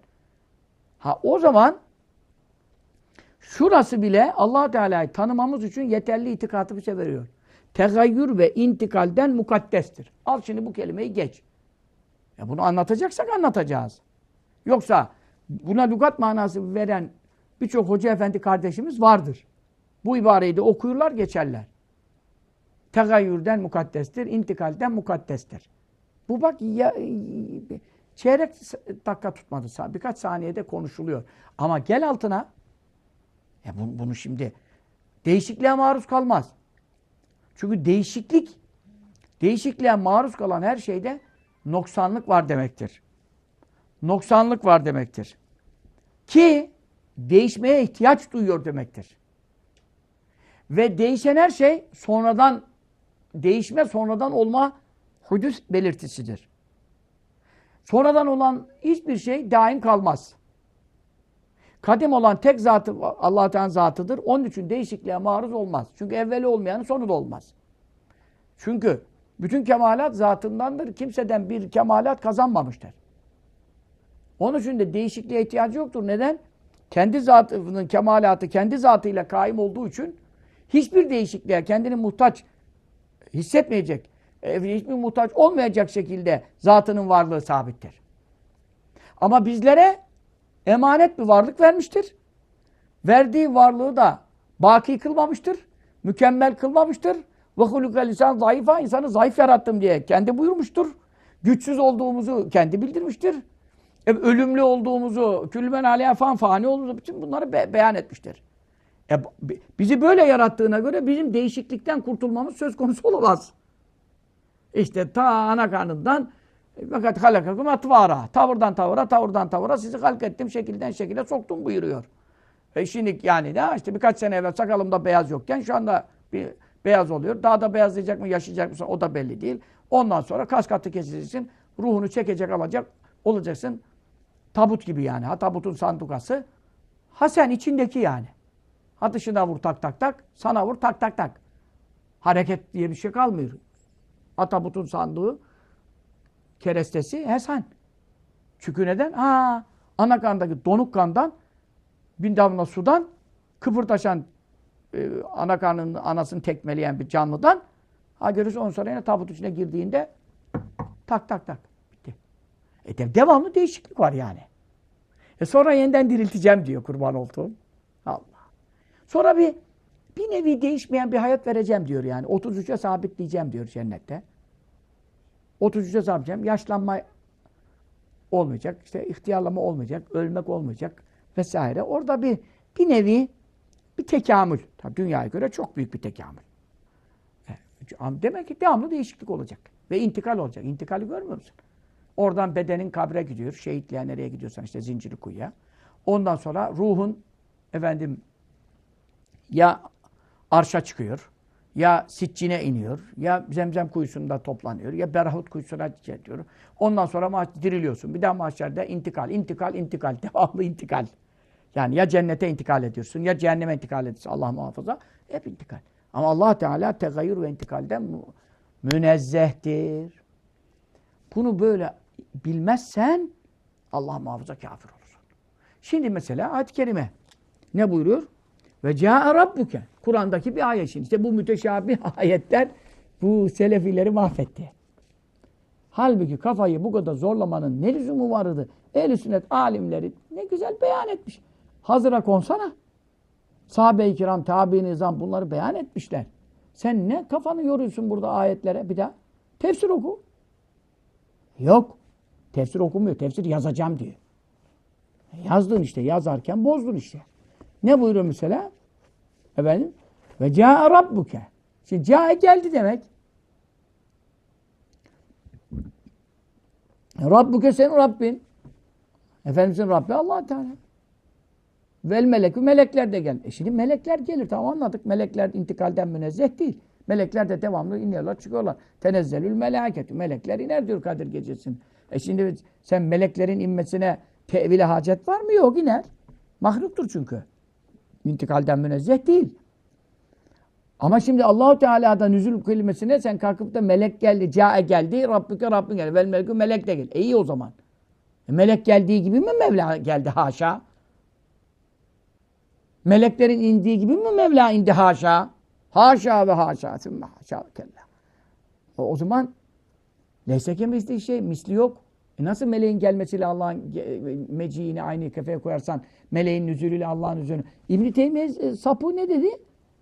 O zaman şurası bile Allah Teala'yı tanımamız için yeterli itikatı bize veriyor. Tegayyür ve intikalden mukaddestir. Al şimdi bu kelimeyi geç. Bunu anlatacaksak anlatacağız. Yoksa buna lügat manası veren birçok hoca efendi kardeşimiz vardır. Bu ibareyi de okuyurlar, geçerler. Tegayyürden mukaddestir, intikalden mukaddestir. Bu bak çeyrek dakika tutmadı. Birkaç saniyede konuşuluyor. Ama gel altına bunu şimdi değişikliğe maruz kalmaz. Çünkü değişikliğe maruz kalan her şeyde noksanlık var demektir. Noksanlık var demektir. Ki değişmeye ihtiyaç duyuyor demektir. Ve değişen her şey sonradan olma hudüs belirtisidir. Sonradan olan hiçbir şey daim kalmaz. Kadim olan tek zatı Allah Teala'nın zatıdır. Onun için değişikliğe maruz olmaz. Çünkü evveli olmayanın sonu da olmaz. Çünkü bütün kemalat zatındandır. Kimseden bir kemalat kazanmamıştır. Onun için de değişikliğe ihtiyacı yoktur. Neden? kendi zatının kemalatı kendi zatıyla kaim olduğu için hiçbir değişikliğe kendini muhtaç hissetmeyecek, hiçbir muhtaç olmayacak şekilde zatının varlığı sabittir. Ama bizlere emanet bir varlık vermiştir. Verdiği varlığı da baki kılmamıştır, mükemmel kılmamıştır. Ve hulukal insan zayıfa, insanı zayıf yarattım diye kendi buyurmuştur. Güçsüz olduğumuzu kendi bildirmiştir. Ölümlü olduğumuzu, külmen aleyha fani olduğumuzu, bütün bunları beyan etmiştir. Bizi böyle yarattığına göre bizim değişiklikten kurtulmamız söz konusu olamaz. İşte ta ana karnından fakat halakakum atvara. Tavırdan tavıra, tavırdan tavıra sizi halk ettim, şekilden şekile soktum buyuruyor. Şimdi yani ne işte birkaç sene evvel sakalımda beyaz yokken şu anda bir beyaz oluyor. Daha da beyazlayacak mı, yaşayacak mısın o da belli değil. Ondan sonra kas katı kesileceksin. Ruhunu çekecek alacak olacaksın. Tabut gibi yani. Ha tabutun sandukası. Ha sen içindeki yani. Ha dışına vur tak tak tak. Sana vur tak tak tak. Hareket diye bir şey kalmıyor. Ha tabutun sandığı kerestesi sen. Çünkü neden? Ana kandaki donuk kandan bin damla sudan kıpırdaşan ana karnının anasını tekmeleyen bir canlıdan görürüz ondan sonra yine tabut içine girdiğinde tak tak tak. Bitti. Devamlı değişiklik var yani. Sonra yeniden dirilteceğim diyor kurban olduğum. Allah. Sonra bir nevi değişmeyen bir hayat vereceğim diyor yani. 33'e sabitleyeceğim diyor cennette. 33'e sabitleyeceğim. Yaşlanma olmayacak. İşte ihtiyarlama olmayacak. Ölmek olmayacak. Vesaire. Orada bir nevi bir tekamül. Tabii dünyaya göre çok büyük bir tekamül. Demek ki devamlı değişiklik olacak. Ve intikal olacak. İntikali görmüyor musun? Oradan bedenin kabre gidiyor. Şehitliğe nereye gidiyorsan işte Zincirlikuyu'ya. Ondan sonra ruhun ya arşa çıkıyor, ya Siccine iniyor, ya Zemzem kuyusunda toplanıyor, ya Berahut kuyusuna gidiyor. Ondan sonra diriliyorsun. Bir daha mahşerde intikal. Devamlı intikal. Yani ya cennete intikal ediyorsun, ya cehenneme intikal ediyorsun. Allah muhafaza. Hep intikal. Ama Allah Teala tegayyür ve intikalden münezzehtir. Bunu böyle bilmezsen Allah muhafaza kafir olursun. Şimdi mesela ayet-i kerime ne buyuruyor? Ve câe rabbuke. Kur'an'daki bir ayet şimdi. İşte bu müteşabih ayetler bu selefileri mahvetti. Halbuki kafayı bu kadar zorlamanın ne lüzumu vardı? Ehl-i sünnet alimleri ne güzel beyan etmiş. Hazıra konsana. Sahabe-i kiram, tabi-i nizam bunları beyan etmişler. Sen ne kafanı yoruyorsun burada ayetlere bir daha? Tefsir oku. Yok. Tefsir okumuyor. Tefsir yazacağım diyor. Yazdın işte. Yazarken bozdun işte. Ne buyuruyor mesela? Efendim? Ve câe rabbuke. Şimdi câe geldi demek. Rabbuke senin Rabbin. Efendimizin Rabbi Allah Teala. Vel melekü melekler de geldi. Şimdi melekler gelir. Tamam anladık. Melekler intikalden münezzeh değil. Melekler de devamlı iniyorlar, çıkıyorlar. Tenezzelül melâketü. Melekler iner diyor Kadir gecesinde. Şimdi sen meleklerin inmesine tevile hacet var mı? Yok iner. Mahluktur çünkü. İntikalden münezzeh değil. Ama şimdi Allah-u Teala'da nüzul kelimesine sen kalkıp da melek geldi, câe geldi, Rabbüke Rabbin geldi. Vel melekü melek de geldi. İyi o zaman. Melek geldiği gibi mi Mevla geldi? Haşa. Meleklerin indiği gibi mi Mevla indi? Haşa. Haşa ve haşa. Sümme haşa ve kella. O zaman neyse ki misli şey, misli yok. Nasıl meleğin gelmesiyle Allah'ın meciğini aynı kefeye koyarsan, meleğin nüzulüyle Allah'ın nüzulünü. İbn-i Teymiye sapı ne dedi?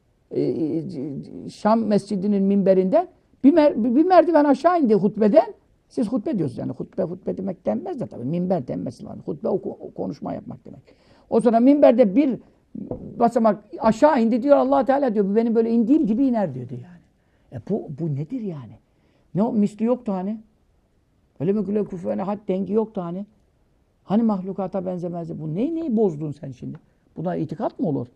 Şam mescidinin minberinde bir merdiven aşağı indi hutbeden. Siz hutbe diyorsunuz yani. Hutbe demek denmez de tabii. Minber denmesi lazım. Hutbe konuşma yapmak demek. O sonra minberde bir basamak aşağı indi diyor Allah Teala diyor. Bu benim böyle indiğim gibi iner diyordu yani. Bu nedir yani? Ne o misli yoktu hani? Öyle mi güle küfene had dengi yoktu hani? Hani mahlukata benzemezdi? Bu neyi bozdun sen şimdi? Buna itikat mı olur?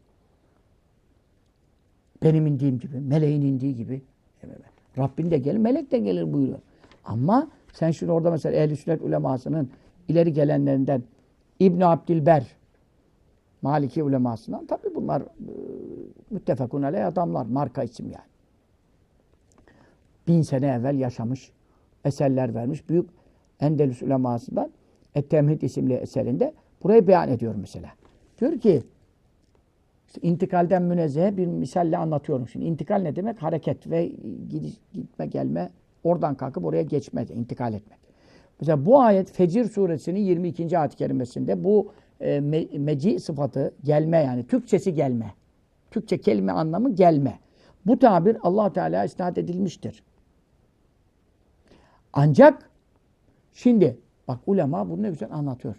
Benim indiğim gibi, meleğin indiği gibi. Rabbin de gelir, melek de gelir buyuruyor. Ama sen şimdi orada mesela Ehl-i Sünnet ulemasının ileri gelenlerinden İbn Abdilber, Maliki ulemasından tabii bunlar müttefekun aleyh adamlar, marka isim yani. 1000 sene evvel yaşamış, eserler vermiş. Büyük Endülüs ulemasından Et-Temhid isimli eserinde burayı beyan ediyor mesela. Diyor ki işte intikalden münezzehe bir misalle anlatıyorum şimdi. İntikal ne demek? Hareket ve gitme gelme, oradan kalkıp oraya geçme, intikal etmek. Mesela bu ayet Fecir suresinin 22. ayet-i kerimesinde bu meci sıfatı gelme yani Türkçesi gelme. Türkçe kelime anlamı gelme. Bu tabir Allah Teala isnat edilmiştir. Ancak şimdi bak ulema bunu ne güzel anlatıyor.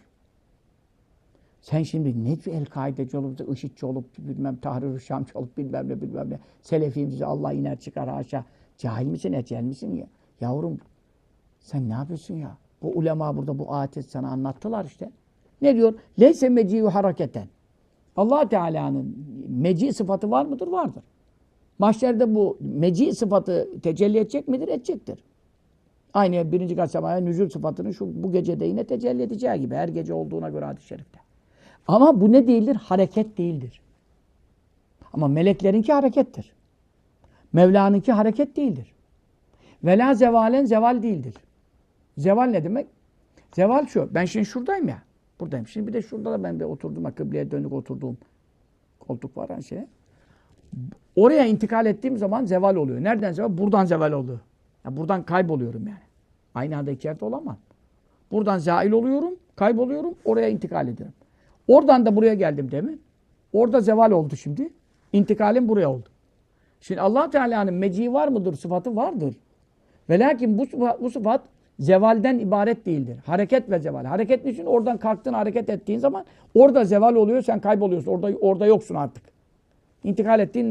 Sen şimdi ne El-Kaideci olup da IŞİD'ci olup bilmem Tahrir-i Şam'cı olup bilmem ne Selefiyim Allah iner çıkar haşa. Cahil misin, ecel misin ya? Yavrum sen ne yapıyorsun ya? Bu ulema burada bu ayeti sana anlattılar işte. Ne diyor? Leyse meci'yu hareketen. Allah Teala'nın meci sıfatı var mıdır? Vardır. Mahşerde bu meci sıfatı tecelli edecek midir? Edecektir. Aynı birinci kat semaya nüzul sıfatının bu gecede yine tecelli edeceği gibi. Her gece olduğuna göre hadis-i şerifte. Ama bu ne değildir? Hareket değildir. Ama meleklerinki harekettir. Mevla'nınki hareket değildir. Vela zevalen zeval değildir. Zeval ne demek? Zeval şu. Ben şimdi şuradayım ya. Buradayım. Şimdi bir de şurada da ben bir oturdum. Kıbleye dönük oturduğum koltuk var şey. Oraya intikal ettiğim zaman zeval oluyor. Nereden zeval? Buradan zeval oluyor. Yani buradan kayboluyorum yani. Aynı anda iki yerde olamam. Buradan zail oluyorum, kayboluyorum, oraya intikal ediyorum. Oradan da buraya geldim değil mi? Orada zeval oldu şimdi. İntikalim buraya oldu. Şimdi Allah Teala'nın meciği var mıdır? Sıfatı vardır. Ve lakin bu sıfat zevalden ibaret değildir. Hareket ve zeval. Hareket için oradan kalktın, hareket ettiğin zaman orada zeval oluyor, sen kayboluyorsun. Orada yoksun artık. İntikal ettiğin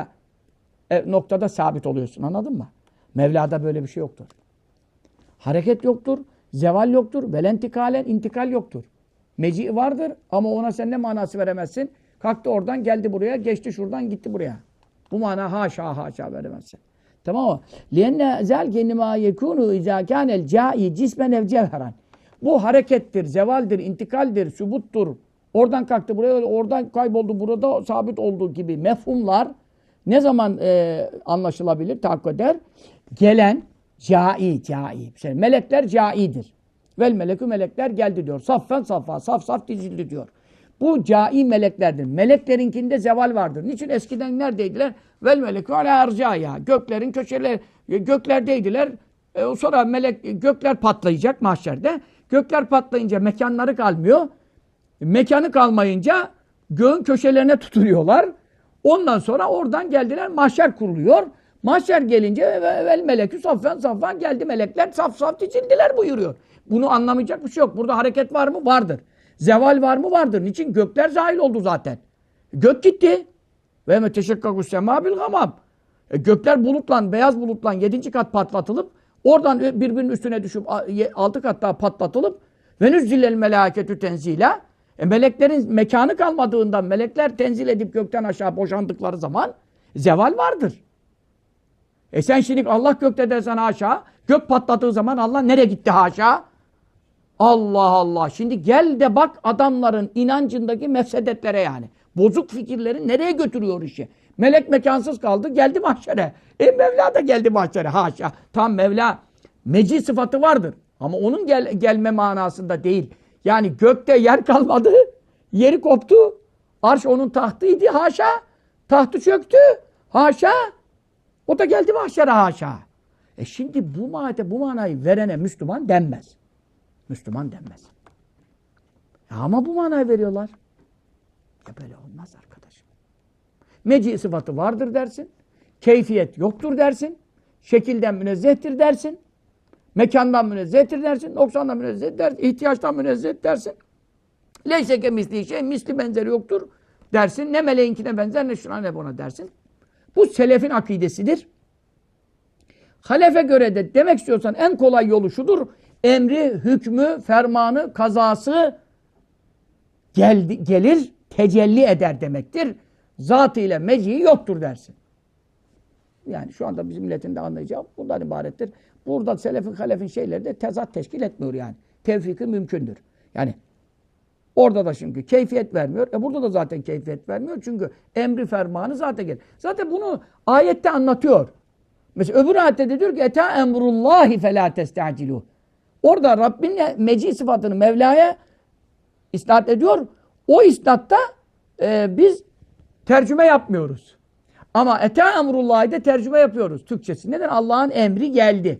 noktada sabit oluyorsun. Anladın mı? Mevla'da böyle bir şey yoktur. Hareket yoktur, zeval yoktur, velentikalen intikal yoktur. Meci vardır ama ona sen ne manası veremezsin? Kalktı oradan, geldi buraya, geçti şuradan, gitti buraya. Bu mana haşa veremezsin. Tamam mı? لِيَنَّ ذَلْكَ اِنِّمَا يَكُونُ اِذَا كَانَ الْجَائِ cismen ev cevheran. Bu harekettir, zevaldir, intikaldir, sübuttur. Oradan kalktı buraya, oradan kayboldu, burada sabit olduğu gibi mefhumlar ne zaman anlaşılabilir, tahakkuk eder? Gelen cai. Melekler caidir. Vel melekü melekler geldi diyor. Saffen saffa, saf dizildi diyor. Bu cai meleklerdir. Meleklerinkinde zeval vardır. Niçin? Eskiden neredeydiler? Vel melekü ala arcaya. Göklerin köşeleri, göklerdeydiler. Sonra gökler patlayacak mahşerde. Gökler patlayınca mekanları kalmıyor. Mekanı kalmayınca göğün köşelerine tutunuyorlar. Ondan sonra oradan geldiler, mahşer kuruluyor. Mahşer gelince vel melekü saffen geldi melekler saf dizildiler buyuruyor. Bunu anlamayacak bir şey yok. Burada hareket var mı? Vardır. Zeval var mı? Vardır. Niçin? Gökler zahil oldu zaten. Gök gitti. Ve meteşekkakus semâ bil gamam. Gökler bulutla, beyaz bulutla 7. kat patlatılıp oradan birbirinin üstüne düşüp 6 kat daha patlatılıp ve nüzzilel melâketü tenzîlâ. Meleklerin mekanı kalmadığından melekler tenzil edip gökten aşağı boşandıkları zaman zeval vardır. Sen şimdi Allah gökte dersen haşa, gök patladığı zaman Allah nereye gitti haşa? Allah. Şimdi gel de bak adamların inancındaki mefsedetlere yani. Bozuk fikirleri nereye götürüyor işi? Melek mekansız kaldı, geldi mahşere. Mevla da geldi mahşere haşa. Tam Mevla meci sıfatı vardır. Ama onun gelme manasında değil. Yani gökte yer kalmadı, yeri koptu. Arş onun tahtıydı haşa. Tahtı çöktü haşa. O da geldi mahşere haşa. Şimdi bu manayı verene Müslüman denmez. Müslüman denmez. Ama bu manayı veriyorlar. Ya böyle olmaz arkadaşım. Meci sıfatı vardır dersin. Keyfiyet yoktur dersin. Şekilden münezzehtir dersin. Mekandan münezzehtir dersin. Noksandan münezzehtir dersin. İhtiyaçtan münezzehtir dersin. Leyseke misli şey, misli benzeri yoktur dersin. Ne meleğinkine benzer ne şuna ne buna dersin. Bu selefin akidesidir. Halefe göre de demek istiyorsan en kolay yolu şudur. Emri, hükmü, fermanı, kazası gelir, tecelli eder demektir. Zatı ile meciği yoktur dersin. Yani şu anda bizim milletin de anlayacağı bundan ibarettir. Burada selefin, halefin şeyleri de tezat teşkil etmiyor yani. Tevfiki mümkündür. Yani orada da çünkü keyfiyet vermiyor. Burada da zaten keyfiyet vermiyor. Çünkü emri fermanı zaten gelir. Zaten bunu ayette anlatıyor. Mesela öbür ayette de diyor ki etâ emrullâhi felâ testa'cilûh. Orada Rabbin meci sıfatını Mevla'ya isnat ediyor. O isnatta biz tercüme yapmıyoruz. Ama ete emrullah'ı da tercüme yapıyoruz Türkçesi. Neden? Allah'ın emri geldi.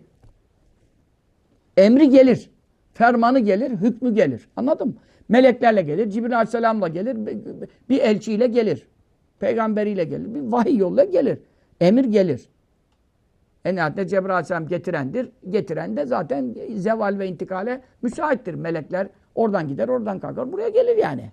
Emri gelir. Fermanı gelir, hükmü gelir. Anladın mı? Meleklerle gelir, Cibril Aleyhisselam'la gelir, bir elçiyle gelir. Peygamberiyle gelir, bir vahiy yoluyla gelir. Emir gelir. En nihayetinde Cebrail Aleyhisselam getirendir. Getiren de zaten zeval ve intikale müsaittir. Melekler oradan gider, oradan kalkar. Buraya gelir yani.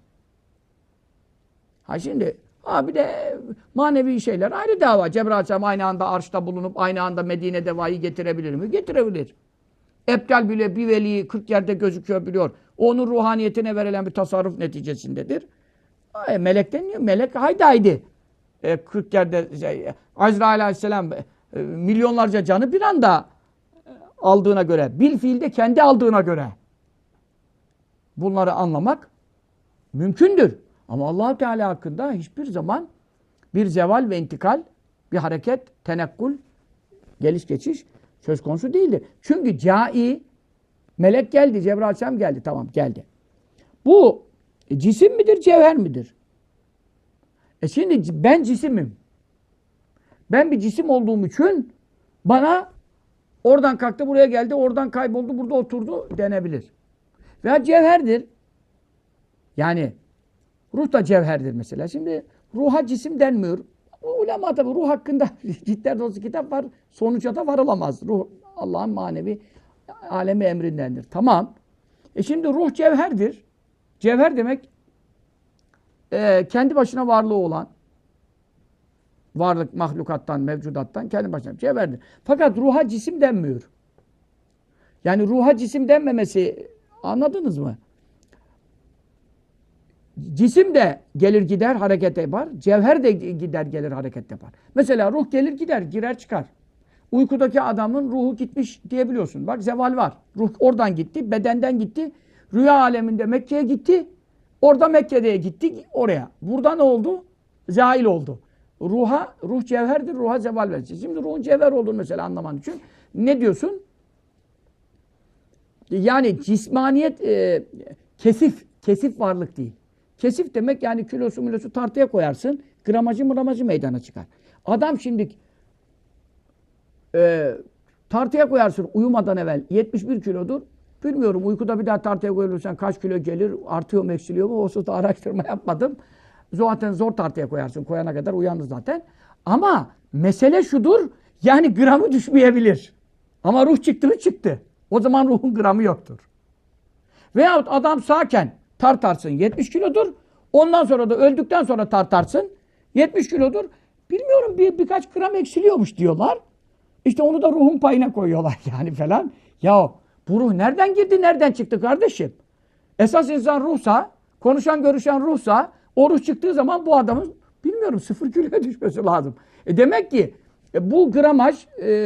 Ha şimdi bir de manevi şeyler ayrı dava. Cebrail Aleyhisselam aynı anda arşta bulunup aynı anda Medine'de vahiy getirebilir mi? Getirebilir. Ebdal bile bir veli 40 yerde gözüküyor biliyor. Onun ruhaniyetine verilen bir tasarruf neticesindedir. Melek deniyor. Melek haydi. 40 yerde Azrail Aleyhisselam milyonlarca canı bir anda aldığına göre, bil fiilde kendi aldığına göre bunları anlamak mümkündür. Ama Allah Teala hakkında hiçbir zaman bir zeval ve intikal, bir hareket, tenekkül, geliş geçiş söz konusu değildir. Çünkü cai, melek geldi, Cebrail Aleyhisselam geldi. Tamam geldi. Bu cisim midir, cevher midir? Şimdi ben cisimim. Ben bir cisim olduğum için bana oradan kalktı, buraya geldi, oradan kayboldu, burada oturdu denebilir. Veya cevherdir. Yani ruh da cevherdir mesela. Şimdi ruha cisim denmiyor. Ulema tabi ruh hakkında cidden dolusu kitap var. Sonuca da varılamaz. Ruh Allah'ın manevi alemi emrindendir. Tamam. Şimdi ruh cevherdir. Cevher demek kendi başına varlığı olan varlık mahlukattan, mevcudattan kendi başına cevherdir. Fakat ruha cisim denmiyor. Yani ruha cisim denmemesi anladınız mı? Cisim de gelir gider hareket yapar. Cevher de gider gelir hareket yapar. Mesela ruh gelir gider, girer çıkar. Uykudaki adamın ruhu gitmiş diyebiliyorsun. Bak zeval var. Ruh oradan gitti, bedenden gitti. Rüya aleminde Mekke'ye gitti. Orada Mekke'de gitti oraya. Burada ne oldu? Zahil oldu. Ruh cevherdir, ruha zeval verir. Şimdi ruhun cevher olduğunu mesela anlaman için ne diyorsun? Yani cismaniyet kesif varlık değil. Kesif demek yani kilosu tartıya koyarsın. Gramajı meydana çıkar. Adam şimdi tartıya koyarsın uyumadan evvel 71 kilodur. Bilmiyorum uykuda bir daha tartıya koyulursan kaç kilo gelir, artıyor mu eksiliyor mu? O sırada araştırma yapmadım. Zaten zor tartıya koyarsın. Koyana kadar uyanır zaten. Ama mesele şudur. Yani gramı düşmeyebilir. Ama ruh çıktı mı çıktı. O zaman ruhun gramı yoktur. Veyahut adam sağken tartarsın 70 kilodur. Ondan sonra da öldükten sonra tartarsın 70 kilodur. Bilmiyorum birkaç gram eksiliyormuş diyorlar. İşte onu da ruhun payına koyuyorlar yani falan. Ya bu ruh nereden girdi, nereden çıktı kardeşim? Esas insan ruhsa, konuşan görüşen ruhsa o ruh çıktığı zaman bu adamın bilmiyorum 0 kiloya düşmesi lazım. Demek ki bu gramaj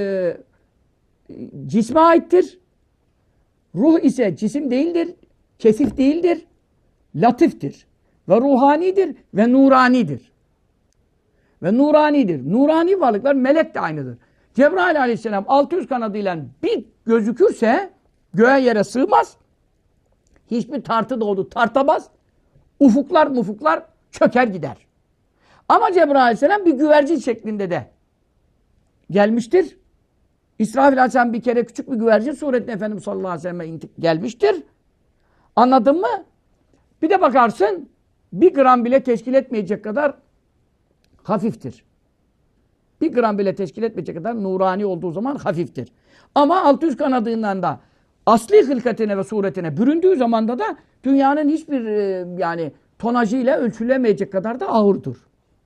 cisme aittir. Ruh ise cisim değildir, kesif değildir, latiftir. Ve ruhanidir ve nuranidir. Ve nuranidir. Nurani varlıklar melek de aynıdır. Cebrail aleyhisselam 600 kanadıyla bir gözükürse göğe yere sığmaz. Hiçbir tartı doğdu tartamaz. Ufuklar çöker gider. Ama Cebrail aleyhisselam bir güvercin şeklinde de gelmiştir. İsrafil aleyhisselam bir kere küçük bir güvercin suretinde Efendimiz sallallahu aleyhi ve sellem'e gelmiştir. Anladın mı? Bir de bakarsın 1 gram bile teşkil etmeyecek kadar hafiftir. 1 gram bile teşkil etmeyecek kadar nurani olduğu zaman hafiftir. Ama 600 kanadından da asli hılkatine ve suretine büründüğü zamanda da dünyanın hiçbir yani tonajıyla ölçülemeyecek kadar da ağırdır.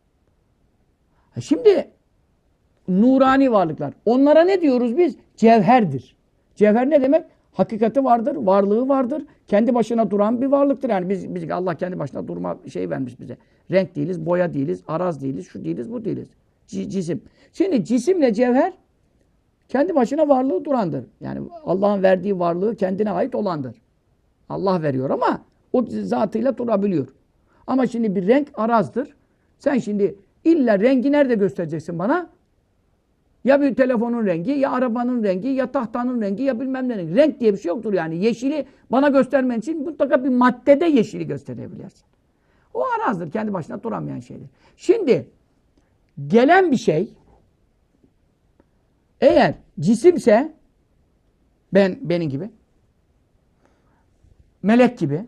Şimdi nurani varlıklar. Onlara ne diyoruz biz? Cevherdir. Cevher ne demek? Hakikati vardır, varlığı vardır. Kendi başına duran bir varlıktır. Yani biz Allah kendi başına durma şey vermiş bize. Renk değiliz, boya değiliz, araz değiliz, şu değiliz, bu değiliz. Cisim. Şimdi cisimle cevher kendi başına varlığı durandır. Yani Allah'ın verdiği varlığı kendine ait olandır. Allah veriyor ama o zatıyla durabiliyor. Ama şimdi bir renk arazdır. Sen şimdi illa rengi nerede göstereceksin bana? Ya bir telefonun rengi, ya arabanın rengi, ya tahtanın rengi, ya bilmem ne rengi. Renk diye bir şey yoktur yani. Yeşili bana göstermen için mutlaka bir maddede yeşili gösterebilirsin. O arazdır. Kendi başına duramayan şeydir. Şimdi gelen bir şey eğer cisimse benim gibi melek gibi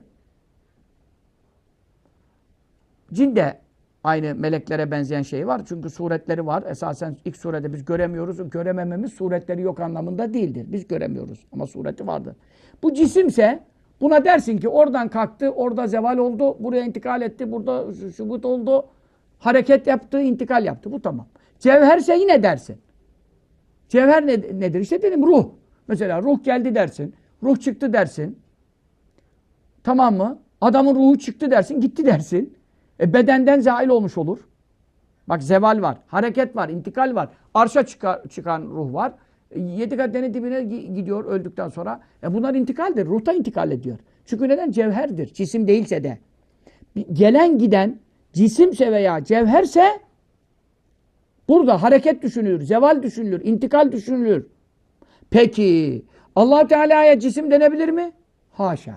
cin de aynı meleklere benzeyen şey var. Çünkü suretleri var. Esasen ilk surede biz göremiyoruz. Göremememiz suretleri yok anlamında değildir. Biz göremiyoruz ama sureti vardır. Bu cisimse buna dersin ki oradan kalktı, orada zeval oldu, buraya intikal etti, burada şubut oldu, hareket yaptı, intikal yaptı. Bu tamam. Cevherse yine dersin. Cevher nedir? İşte dedim ruh. Mesela ruh geldi dersin. Ruh çıktı dersin. Tamam mı? Adamın ruhu çıktı dersin, gitti dersin. Bedenden zail olmuş olur. Bak zeval var, hareket var, intikal var. Arşa çıkan ruh var. 7 kadenin dibine gidiyor öldükten sonra. Bunlar intikaldir. Ruhta intikal ediyor. Çünkü neden? Cevherdir. Cisim değilse de. Gelen giden cisimse veya cevherse burada hareket düşünülür, zeval düşünülür, intikal düşünülür. Peki Allah Teala'ya cisim denebilir mi? Haşa.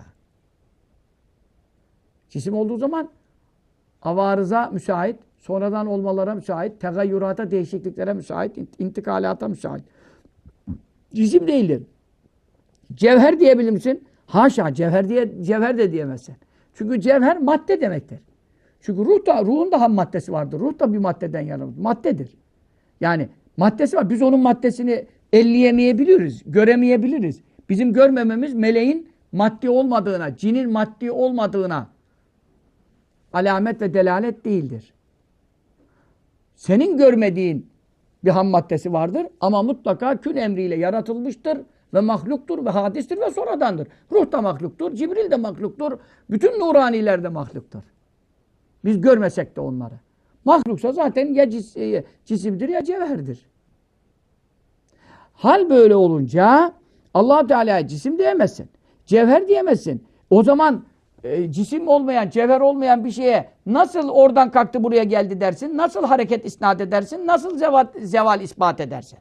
Cisim olduğu zaman avarıza müsait, sonradan olmalara müsait, tegayyürata, değişikliklere müsait, intikalata müsait. Cisim değildir. Cevher diyebilir misin? Haşa, cevher de diyemezsin. Çünkü cevher madde demektir. Çünkü ruhun da ham maddesi vardır. Ruh da bir maddeden yanımız. Maddedir. Yani maddesi var. Biz onun maddesini elleyemeyebiliriz, göremeyebiliriz. Bizim görmememiz meleğin maddi olmadığına, cinin maddi olmadığına alamet ve delalet değildir. Senin görmediğin bir ham maddesi vardır ama mutlaka kün emriyle yaratılmıştır ve mahluktur ve hadistir ve sonradandır. Ruh da mahluktur, Cibril de mahluktur, bütün nuraniler de mahluktur. Biz görmesek de onları. Mahluksa zaten ya cisimdir ya cevherdir. Hal böyle olunca Allah Teala'ya cisim diyemezsin. Cevher diyemezsin. O zaman cisim olmayan, cevher olmayan bir şeye nasıl oradan kalktı buraya geldi dersin? Nasıl hareket isnat edersin? Nasıl zeval ispat edersin?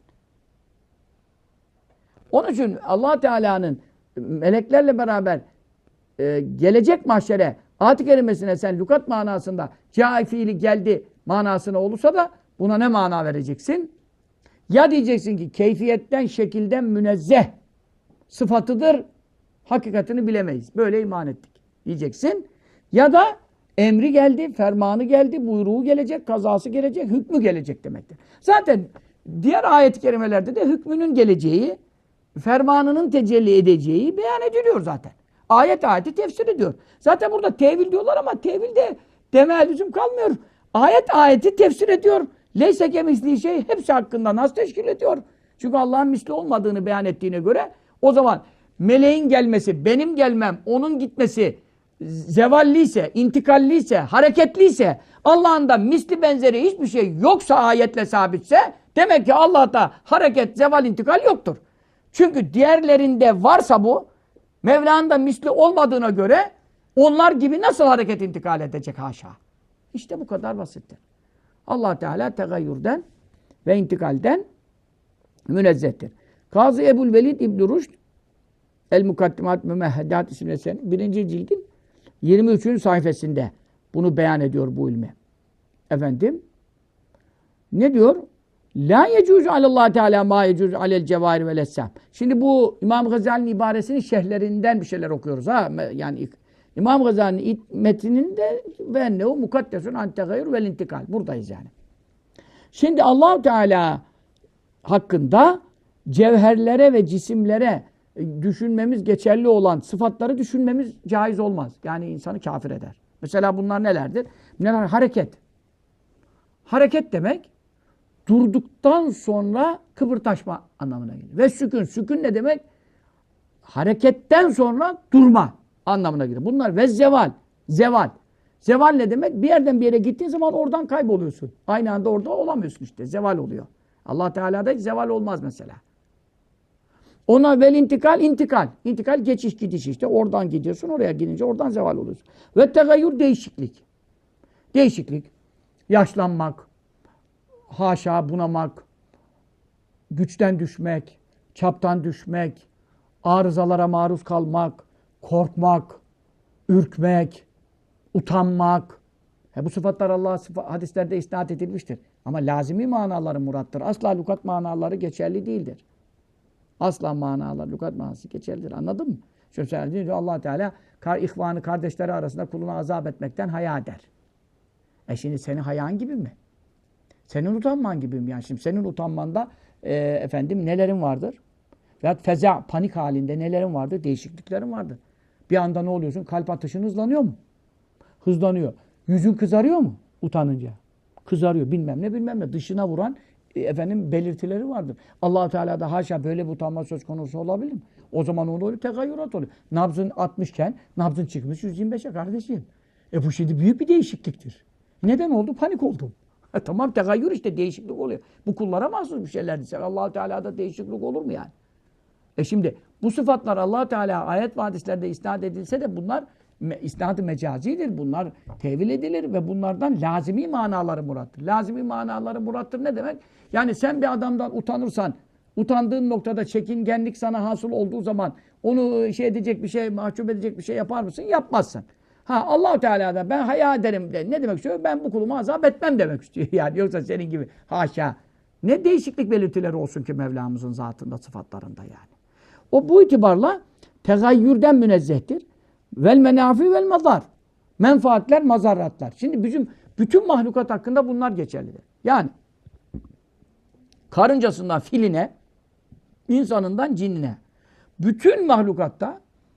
Onun için Allah Teala'nın meleklerle beraber gelecek mahşere ayet-i kerimesine sen lügat manasında cai fiili geldi manasına olursa da buna ne mana vereceksin? Ya diyeceksin ki keyfiyetten, şekilden münezzeh sıfatıdır, hakikatini bilemeyiz. Böyle iman ettik diyeceksin. Ya da emri geldi, fermanı geldi, buyruğu gelecek, kazası gelecek, hükmü gelecek demektir. Zaten diğer ayet-i kerimelerde de hükmünün geleceği, fermanının tecelli edeceği beyan ediliyor zaten. Ayeti tefsir ediyor. Zaten burada tevil diyorlar ama tevilde demeye lüzum kalmıyor. Ayeti tefsir ediyor. Leyse kemisli şey hepsi hakkında nas teşkil ediyor. Çünkü Allah'ın misli olmadığını beyan ettiğine göre o zaman meleğin gelmesi, benim gelmem, onun gitmesi zevalliyse, intikalliyse, hareketliyse, Allah'ın da misli benzeri hiçbir şey yoksa ayetle sabitse demek ki Allah'ta hareket, zeval, intikal yoktur. Çünkü diğerlerinde varsa bu Mevla'nın da misli olmadığına göre onlar gibi nasıl hareket intikal edecek haşa. İşte bu kadar basittir. Allah Teala tegayyürden ve intikalden münezzehtir. Kazı Ebu'l-Velid İbn-i Rüşd El-Mukaddimat Mümehhedat isimli eserin 1. cildin 23. sayfasında bunu beyan ediyor bu ilmi. Efendim ne diyor? La yecuzu alallah Teala ma yecuzu alel cevahir vel essam. Şimdi bu İmam Gazali'nin ibaresinin şerhlerinden bir şeyler okuyoruz ha. Yani İmam Gazali'nin metninde ve ennehu mukaddesun an tegayyür vel intikal. Buradayız yani. Şimdi Allah Teala hakkında cevherlere ve cisimlere düşünmemiz geçerli olan sıfatları düşünmemiz caiz olmaz. Yani insanı kafir eder. Mesela bunlar nelerdir? Neler? Hareket. Hareket demek durduktan sonra kıpırtaşma anlamına gelir. Ve sükun. Sükun ne demek? Hareketten sonra durma anlamına gelir. Bunlar ve zeval. Zeval. Zeval ne demek? Bir yerden bir yere gittiğin zaman oradan kayboluyorsun. Aynı anda orada olamıyorsun işte. Zeval oluyor. Allah Teala'da hiç zeval olmaz mesela. Ona vel intikal, intikal. İntikal geçiş gidiş işte. Oradan gidiyorsun, oraya gidince oradan zeval oluyorsun. Ve tegayyür değişiklik. Değişiklik. Yaşlanmak. Haşa bunamak. Güçten düşmek. Çaptan düşmek. Arızalara maruz kalmak. Korkmak. Ürkmek. Utanmak. Bu sıfatlar Allah'a hadislerde isnat edilmiştir. Ama lazimi manaları murattır. Asla lügat manaları geçerli değildir. Asla manalar, lügat manası geçerlidir. Anladın mı? Şöyle diyor Allah Teala ihvanı kardeşleri arasında kuluna azap etmekten haya eder. Şimdi senin hayan gibi mi? Senin utanman gibi mi? Yani şimdi senin utanmanda nelerin vardır? Veyahut feza, panik halinde nelerin vardır? Değişikliklerin vardır. Bir anda ne oluyorsun? Kalp atışın hızlanıyor mu? Hızlanıyor. Yüzün kızarıyor mu? Utanınca. Kızarıyor. Bilmem ne bilmem ne. Dışına vuran belirtileri vardır. Allah-u Teala'da haşa böyle bir utanma söz konusu olabilir mi? O zaman onu öyle tegayyürat oluyor. Nabzın 60 iken nabzın çıkmış 125'e kardeşim. Bu şimdi büyük bir değişikliktir. Neden oldu? Panik oldum. Tamam tegayyür işte değişiklik oluyor. Bu kullara mahsus bir şeylerdir. Allah-u Teala'da değişiklik olur mu yani? Şimdi bu sıfatlar Allah-u Teala ayet ve hadislerde isnat edilse de bunlar isnad-ı mecazidir. Bunlar tevil edilir ve bunlardan lazimi manaları murattır. Lazimi manaları murattır ne demek? Yani sen bir adamdan utanırsan, utandığın noktada çekingenlik sana hasıl olduğu zaman onu edecek bir şey, mahcup edecek bir şey yapar mısın? Yapmazsın. Allah-u Teala'da ben haya ederim de ne demek istiyor? Ben bu kulumu azap etmem demek istiyor. Yani yoksa senin gibi haşa. Ne değişiklik belirtileri olsun ki Mevlamızın zatında, sıfatlarında yani. O bu itibarla tegayyürden münezzehtir. Vel menafi vel mazar. Menfaatler, mazarratlar. Şimdi bizim bütün mahlukat hakkında bunlar geçerlidir. Yani karıncasından filine, insanından cinine. Bütün mahlukatta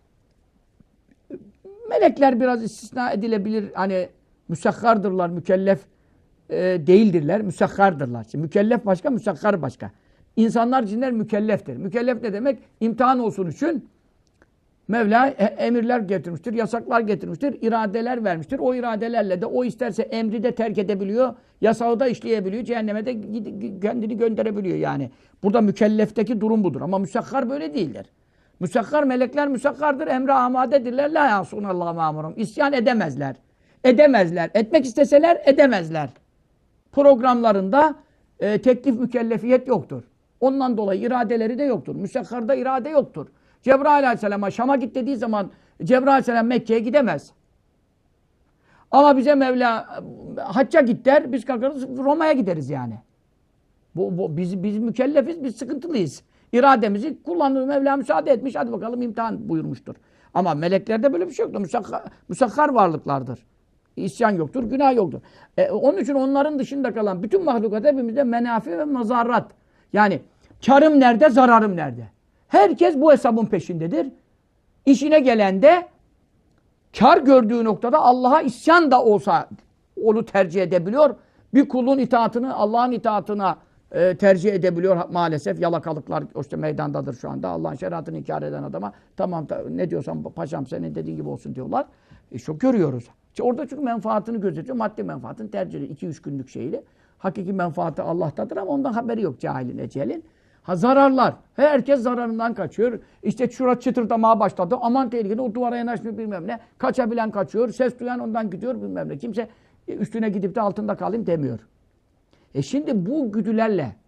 melekler biraz istisna edilebilir. Hani müsakkardırlar, mükellef değildirler, müsakkardırlar. Şimdi mükellef başka, müsakkar başka. İnsanlar, cinler mükelleftir. Mükellef ne demek? İmtihan olsun için Mevla emirler getirmiştir, yasaklar getirmiştir, iradeler vermiştir. O iradelerle de o isterse emri de terk edebiliyor, yasağı da işleyebiliyor, cehenneme de kendini gönderebiliyor yani. Burada mükellefteki durum budur. Ama müsakkar böyle değildir. Müsakkar, melekler müsakkardır, emre amadedirler. La yasunallahu ma'murum. İsyan edemezler. Edemezler. Etmek isteseler edemezler. Programlarında teklif mükellefiyet yoktur. Ondan dolayı iradeleri de yoktur. Müsakkarda irade yoktur. Cebrail Aleyhisselam'a Şam'a git dediği zaman Cebrail Aleyhisselam Mekke'ye gidemez. Ama bize Mevla hacca git der, biz kalkarız Roma'ya gideriz yani. Biz mükellefiz, biz sıkıntılıyız. İrademizi kullanır, Mevla müsaade etmiş, hadi bakalım imtihan buyurmuştur. Ama meleklerde böyle bir şey yoktur. Müsakkar varlıklardır. İsyan yoktur, günah yoktur. Onun için onların dışında kalan bütün mahlukat hepimizde menafi ve mazarrat. Yani karım nerede, zararım nerede? Herkes bu hesabın peşindedir. İşine gelen de kar gördüğü noktada Allah'a isyan da olsa onu tercih edebiliyor. Bir kulun itaatını Allah'ın itaatına tercih edebiliyor. Maalesef yalakalıklar işte meydandadır şu anda. Allah'ın şeriatını inkar eden adama tamam ne diyorsan paşam senin dediğin gibi olsun diyorlar. Çok görüyoruz. Orada çünkü menfaatını gözetiyor. Maddi menfaatını tercih ediyor. 2-3 günlük şeyle. Hakiki menfaati Allah'tadır ama ondan haberi yok cahilin, ecelin. Zararlar. Herkes zararından kaçıyor. İşte şura çıtırdamaya başladı. Aman tehlikeli o duvara yanaşmıyor bilmem ne. Kaçabilen kaçıyor. Ses duyan ondan gidiyor bilmem ne. Kimse üstüne gidip de altında kalayım demiyor. Şimdi bu güdülerle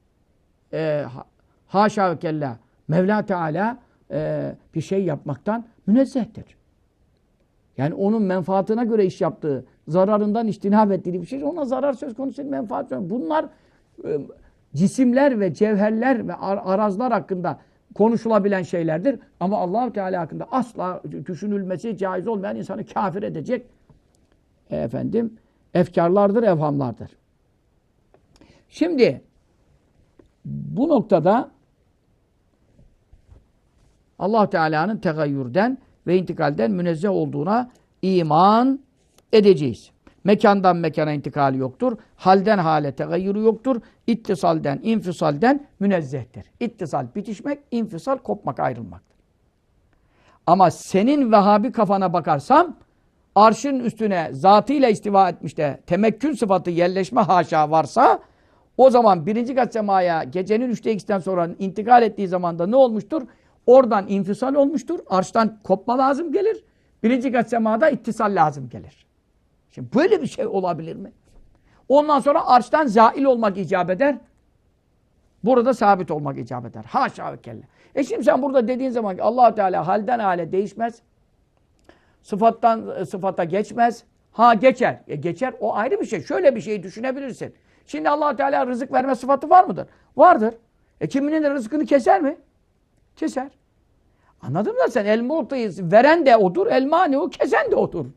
haşa ve kella Mevla Teala bir şey yapmaktan münezzehtir. Yani onun menfaatine göre iş yaptığı, zararından içtinab ettiği bir şey. Ona zarar söz konusu değil, menfaat söz konusu. Bunlar cisimler ve cevherler ve arazlar hakkında konuşulabilen şeylerdir. Ama Allah-u Teala hakkında asla düşünülmesi caiz olmayan insanı kafir edecek efkarlardır, evhamlardır. Şimdi bu noktada Allah Teala'nın tegayyürden ve intikalden münezzeh olduğuna iman edeceğiz. Mekandan mekana intikali yoktur. Halden hale tegayyürü yoktur. İttisalden, infisalden münezzehtir. İttisal bitişmek, infisal kopmak, ayrılmaktır. Ama senin Vehhabi kafana bakarsam arşın üstüne zatıyla istiva etmiş de temekkün sıfatı yerleşme haşa varsa o zaman birinci kat semaya gecenin 3'te 2'den sonra intikal ettiği zaman da ne olmuştur? Oradan infisal olmuştur. Arştan kopma lazım gelir. Birinci kat semada ittisal lazım gelir. Şimdi böyle bir şey olabilir mi? Ondan sonra arştan zail olmak icap eder. Burada sabit olmak icap eder. Haşa ve kella. Şimdi sen burada dediğin zaman ki Allah-u Teala halden hale değişmez. Sıfattan sıfata geçmez. Ha geçer. Geçer o ayrı bir şey. Şöyle bir şey düşünebilirsin. Şimdi Allah Teala rızık verme sıfatı var mıdır? Vardır. Kiminin de rızkını keser mi? Keser. Anladın mı sen? El-Mu'tayı veren de odur, el-Mani'u kesen de odur.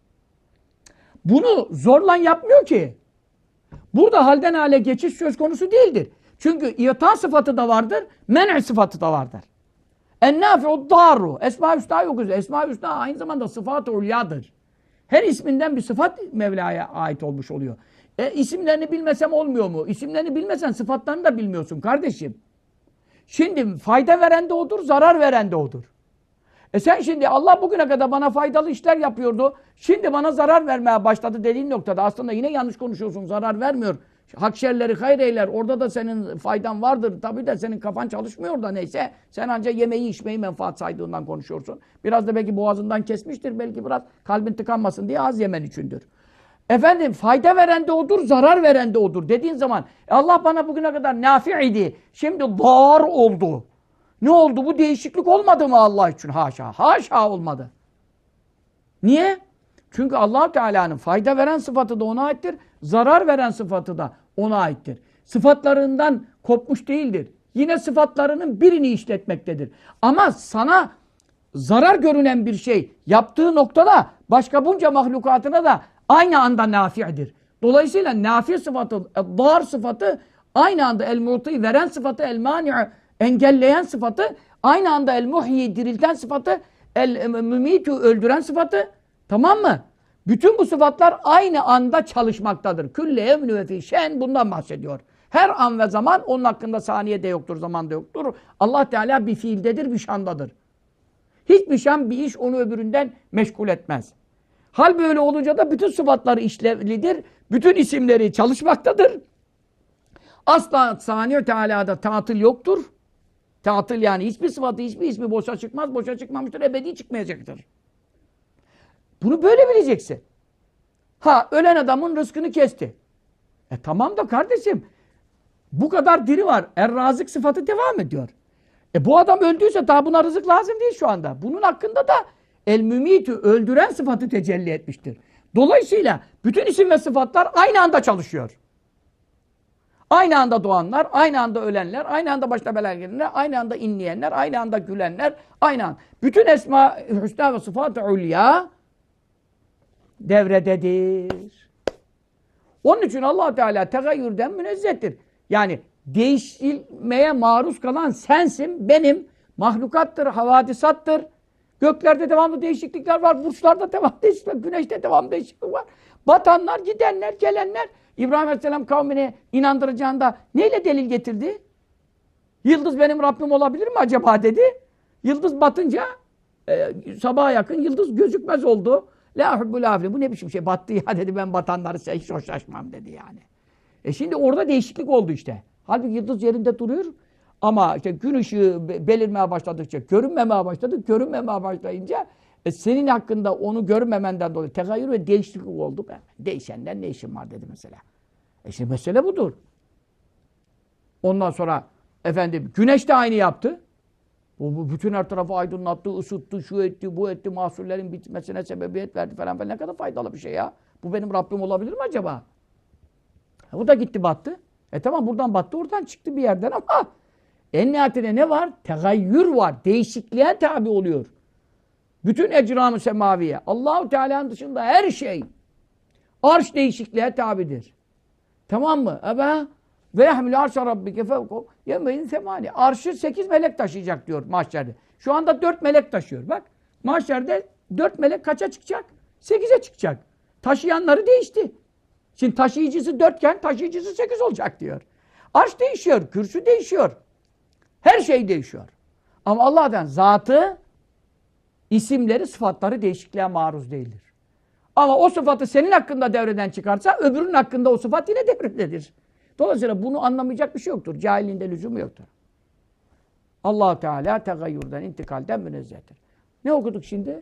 Bunu zorla yapmıyor ki. Burada halden hale geçiş söz konusu değildir. Çünkü i'ta sıfatı da vardır, men' sıfatı da vardır. En-nafi'ud daru. Esma-i Hüsna yokuz. Esma-i Hüsna aynı zamanda sıfat-ı ulyadır. Her isminden bir sıfat Mevla'ya ait olmuş oluyor. İsimlerini bilmesem olmuyor mu? İsimlerini bilmesen sıfatlarını da bilmiyorsun kardeşim. Şimdi fayda veren de odur, zarar veren de odur. Sen şimdi Allah bugüne kadar bana faydalı işler yapıyordu. Şimdi bana zarar vermeye başladı dediğin noktada aslında yine yanlış konuşuyorsun. Zarar vermiyor. Hak şerleri hayır eyler. Orada da senin faydan vardır. Tabii de senin kafan çalışmıyor da neyse. Sen ancak yemeği içmeyi menfaat saydığından konuşuyorsun. Biraz da belki boğazından kesmiştir. Belki biraz kalbin tıkanmasın diye az yemen içindir. Efendim fayda veren de odur, zarar veren de odur dediğin zaman Allah bana bugüne kadar nafi idi. Şimdi dar oldu. Ne oldu? Bu değişiklik olmadı mı Allah için? Haşa. Haşa olmadı. Niye? Çünkü Allah Teala'nın fayda veren sıfatı da ona aittir. Zarar veren sıfatı da ona aittir. Sıfatlarından kopmuş değildir. Yine sıfatlarının birini işletmektedir. Ama sana zarar görünen bir şey yaptığı noktada başka bunca mahlukatına da aynı anda nafi'dir. Dolayısıyla nafi sıfatı, dar sıfatı aynı anda el-mu'ti'yi veren sıfatı, el-mani'u engelleyen sıfatı, aynı anda el-muhyi dirilten sıfatı, el-mümitu öldüren sıfatı. Tamam mı? Bütün bu sıfatlar aynı anda çalışmaktadır. Külle evnü ve fî şen bundan bahsediyor. Her an ve zaman onun hakkında saniye de yoktur, zaman da yoktur. Allah Teala bir fiildedir, bir şandadır. Hiçbir şan, bir iş onu öbüründen meşgul etmez. Hal böyle olunca da bütün sıfatları işlevlidir. Bütün isimleri çalışmaktadır. Asla saniye Teala'da tatil yoktur. Tatil yani hiçbir sıfatı, hiçbir ismi boşa çıkmaz. Boşa çıkmamıştır, ebedi çıkmayacaktır. Bunu böyle bileceksin. Ha ölen adamın rızkını kesti. Tamam da kardeşim bu kadar diri var. Er-Razık sıfatı devam ediyor. Bu adam öldüyse daha buna rızık lazım değil şu anda. Bunun hakkında da el-mümitü öldüren sıfatı tecelli etmiştir. Dolayısıyla bütün isim ve sıfatlar aynı anda çalışıyor. Aynı anda doğanlar, aynı anda ölenler, aynı anda başına bela gelenler, aynı anda inleyenler, aynı anda gülenler, aynı anda. Bütün esma-i hüsna ve sıfat-ı ulya devrededir. Onun için Allah Teala tegayyürden münezzehtir. Yani değişilmeye maruz kalan sensin, benim. Mahlukattır, havadisattır. Göklerde devamlı değişiklikler var. Burçlarda devamlı değişiklikler, güneşte devamlı değişiklik var. Batanlar, gidenler, gelenler. İbrahim Aleyhisselam kavmini inandıracağında neyle delil getirdi? Yıldız benim Rabbim olabilir mi acaba dedi. Yıldız batınca sabaha yakın yıldız gözükmez oldu. La hubbul afilin. Bu ne biçim şey? Battı ya dedi. Ben batanları hiç hoşlaşmam dedi yani. Şimdi orada değişiklik oldu işte. Halbuki yıldız yerinde duruyor. Ama işte gün ışığı belirmeye başladıkça, görünmemeye başladı. Görünmemeye başlayınca senin hakkında onu görmemenden dolayı tegayyür ve değişiklik oldu. Değişenden ne işin var dedi mesela. Şimdi mesele budur. Ondan sonra efendim güneş de aynı yaptı. Bu bütün her tarafı aydınlattı, ısıttı, şu etti, bu etti, mahsullerin bitmesine sebebiyet verdi falan falan. Ne kadar faydalı bir şey ya. Bu benim Rabbim olabilir mi acaba? Bu da gitti battı. Tamam buradan battı, oradan çıktı bir yerden ama en nihayetinde ne var? Tegayyür var. Değişikliğe tabi oluyor. Bütün ecram-ı semaviye, Allah-u Teala'nın dışında her şey arş değişikliğe tabidir. Tamam mı? Ve yahmilü arşa rabbike fevku yemeyin semani. Arşı 8 melek taşıyacak diyor mahşerde. Şu anda 4 melek taşıyor. Bak mahşerde 4 melek kaça çıkacak? 8'e çıkacak. Taşıyanları değişti. Şimdi taşıyıcısı 4 iken taşıyıcısı 8 olacak diyor. Arş değişiyor, kürsü değişiyor. Her şey değişiyor. Ama Allah'tan zatı, isimleri, sıfatları değişikliğe maruz değildir. Ama o sıfatı senin hakkında devreden çıkarsa öbürünün hakkında o sıfat yine devrededir. Dolayısıyla bunu anlamayacak bir şey yoktur. Cahilliğinde lüzumu yoktur. Allah Teala tegayyürden, intikalden münezzehtir. Ne okuduk şimdi?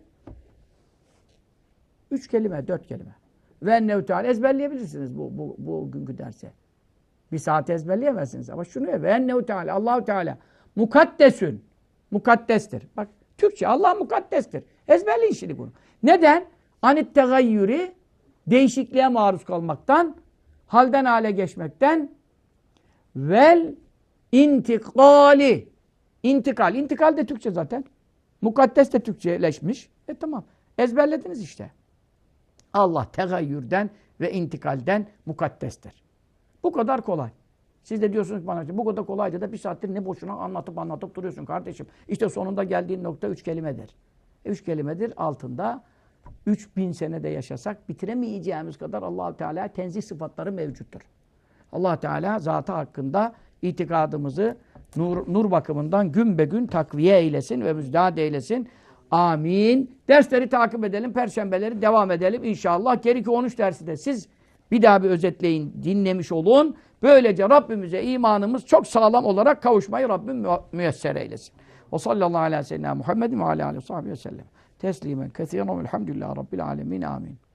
3 kelime, 4 kelime. Ve ennehu Teala ezberleyebilirsiniz bugünkü derse. Bir saat ezberleyemezsiniz ama şunu ve ennehu Teala, Allah-u Teala mukaddesün. Mukaddestir. Bak Türkçe Allah mukaddestir. Ezberleyin şimdi bunu. Neden? Anit tegayyüri değişikliğe maruz kalmaktan, halden hale geçmekten vel intikali. İntikal. İntikal de Türkçe zaten. Mukaddes de Türkçeleşmiş. Tamam. Ezberlediniz işte. Allah tegayyürden ve intikalden mukaddestir. Bu kadar kolay. Siz de diyorsunuz bana bu kadar kolaydı da bir saattir ne boşuna anlatıp duruyorsun kardeşim. İşte sonunda geldiğin nokta 3 kelimedir. 3 kelimedir altında 3000 senede yaşasak bitiremeyeceğimiz kadar Allah-u Teala tenzih sıfatları mevcuttur. Allah Teala zatı hakkında itikadımızı nur bakımından gün be gün takviye eylesin ve müjdat eylesin. Amin. Dersleri takip edelim. Perşembeleri devam edelim inşallah. Geri 13 dersi de siz bir daha bir özetleyin, dinlemiş olun. Böylece Rabbimize imanımız çok sağlam olarak kavuşmayı Rabbim müyesser eylesin. O sallallahu aleyhi ve sellem Muhammedin ve aleyhi ve sellem. Teslimen kesiren ve elhamdülillahi rabbil alemin. Amin.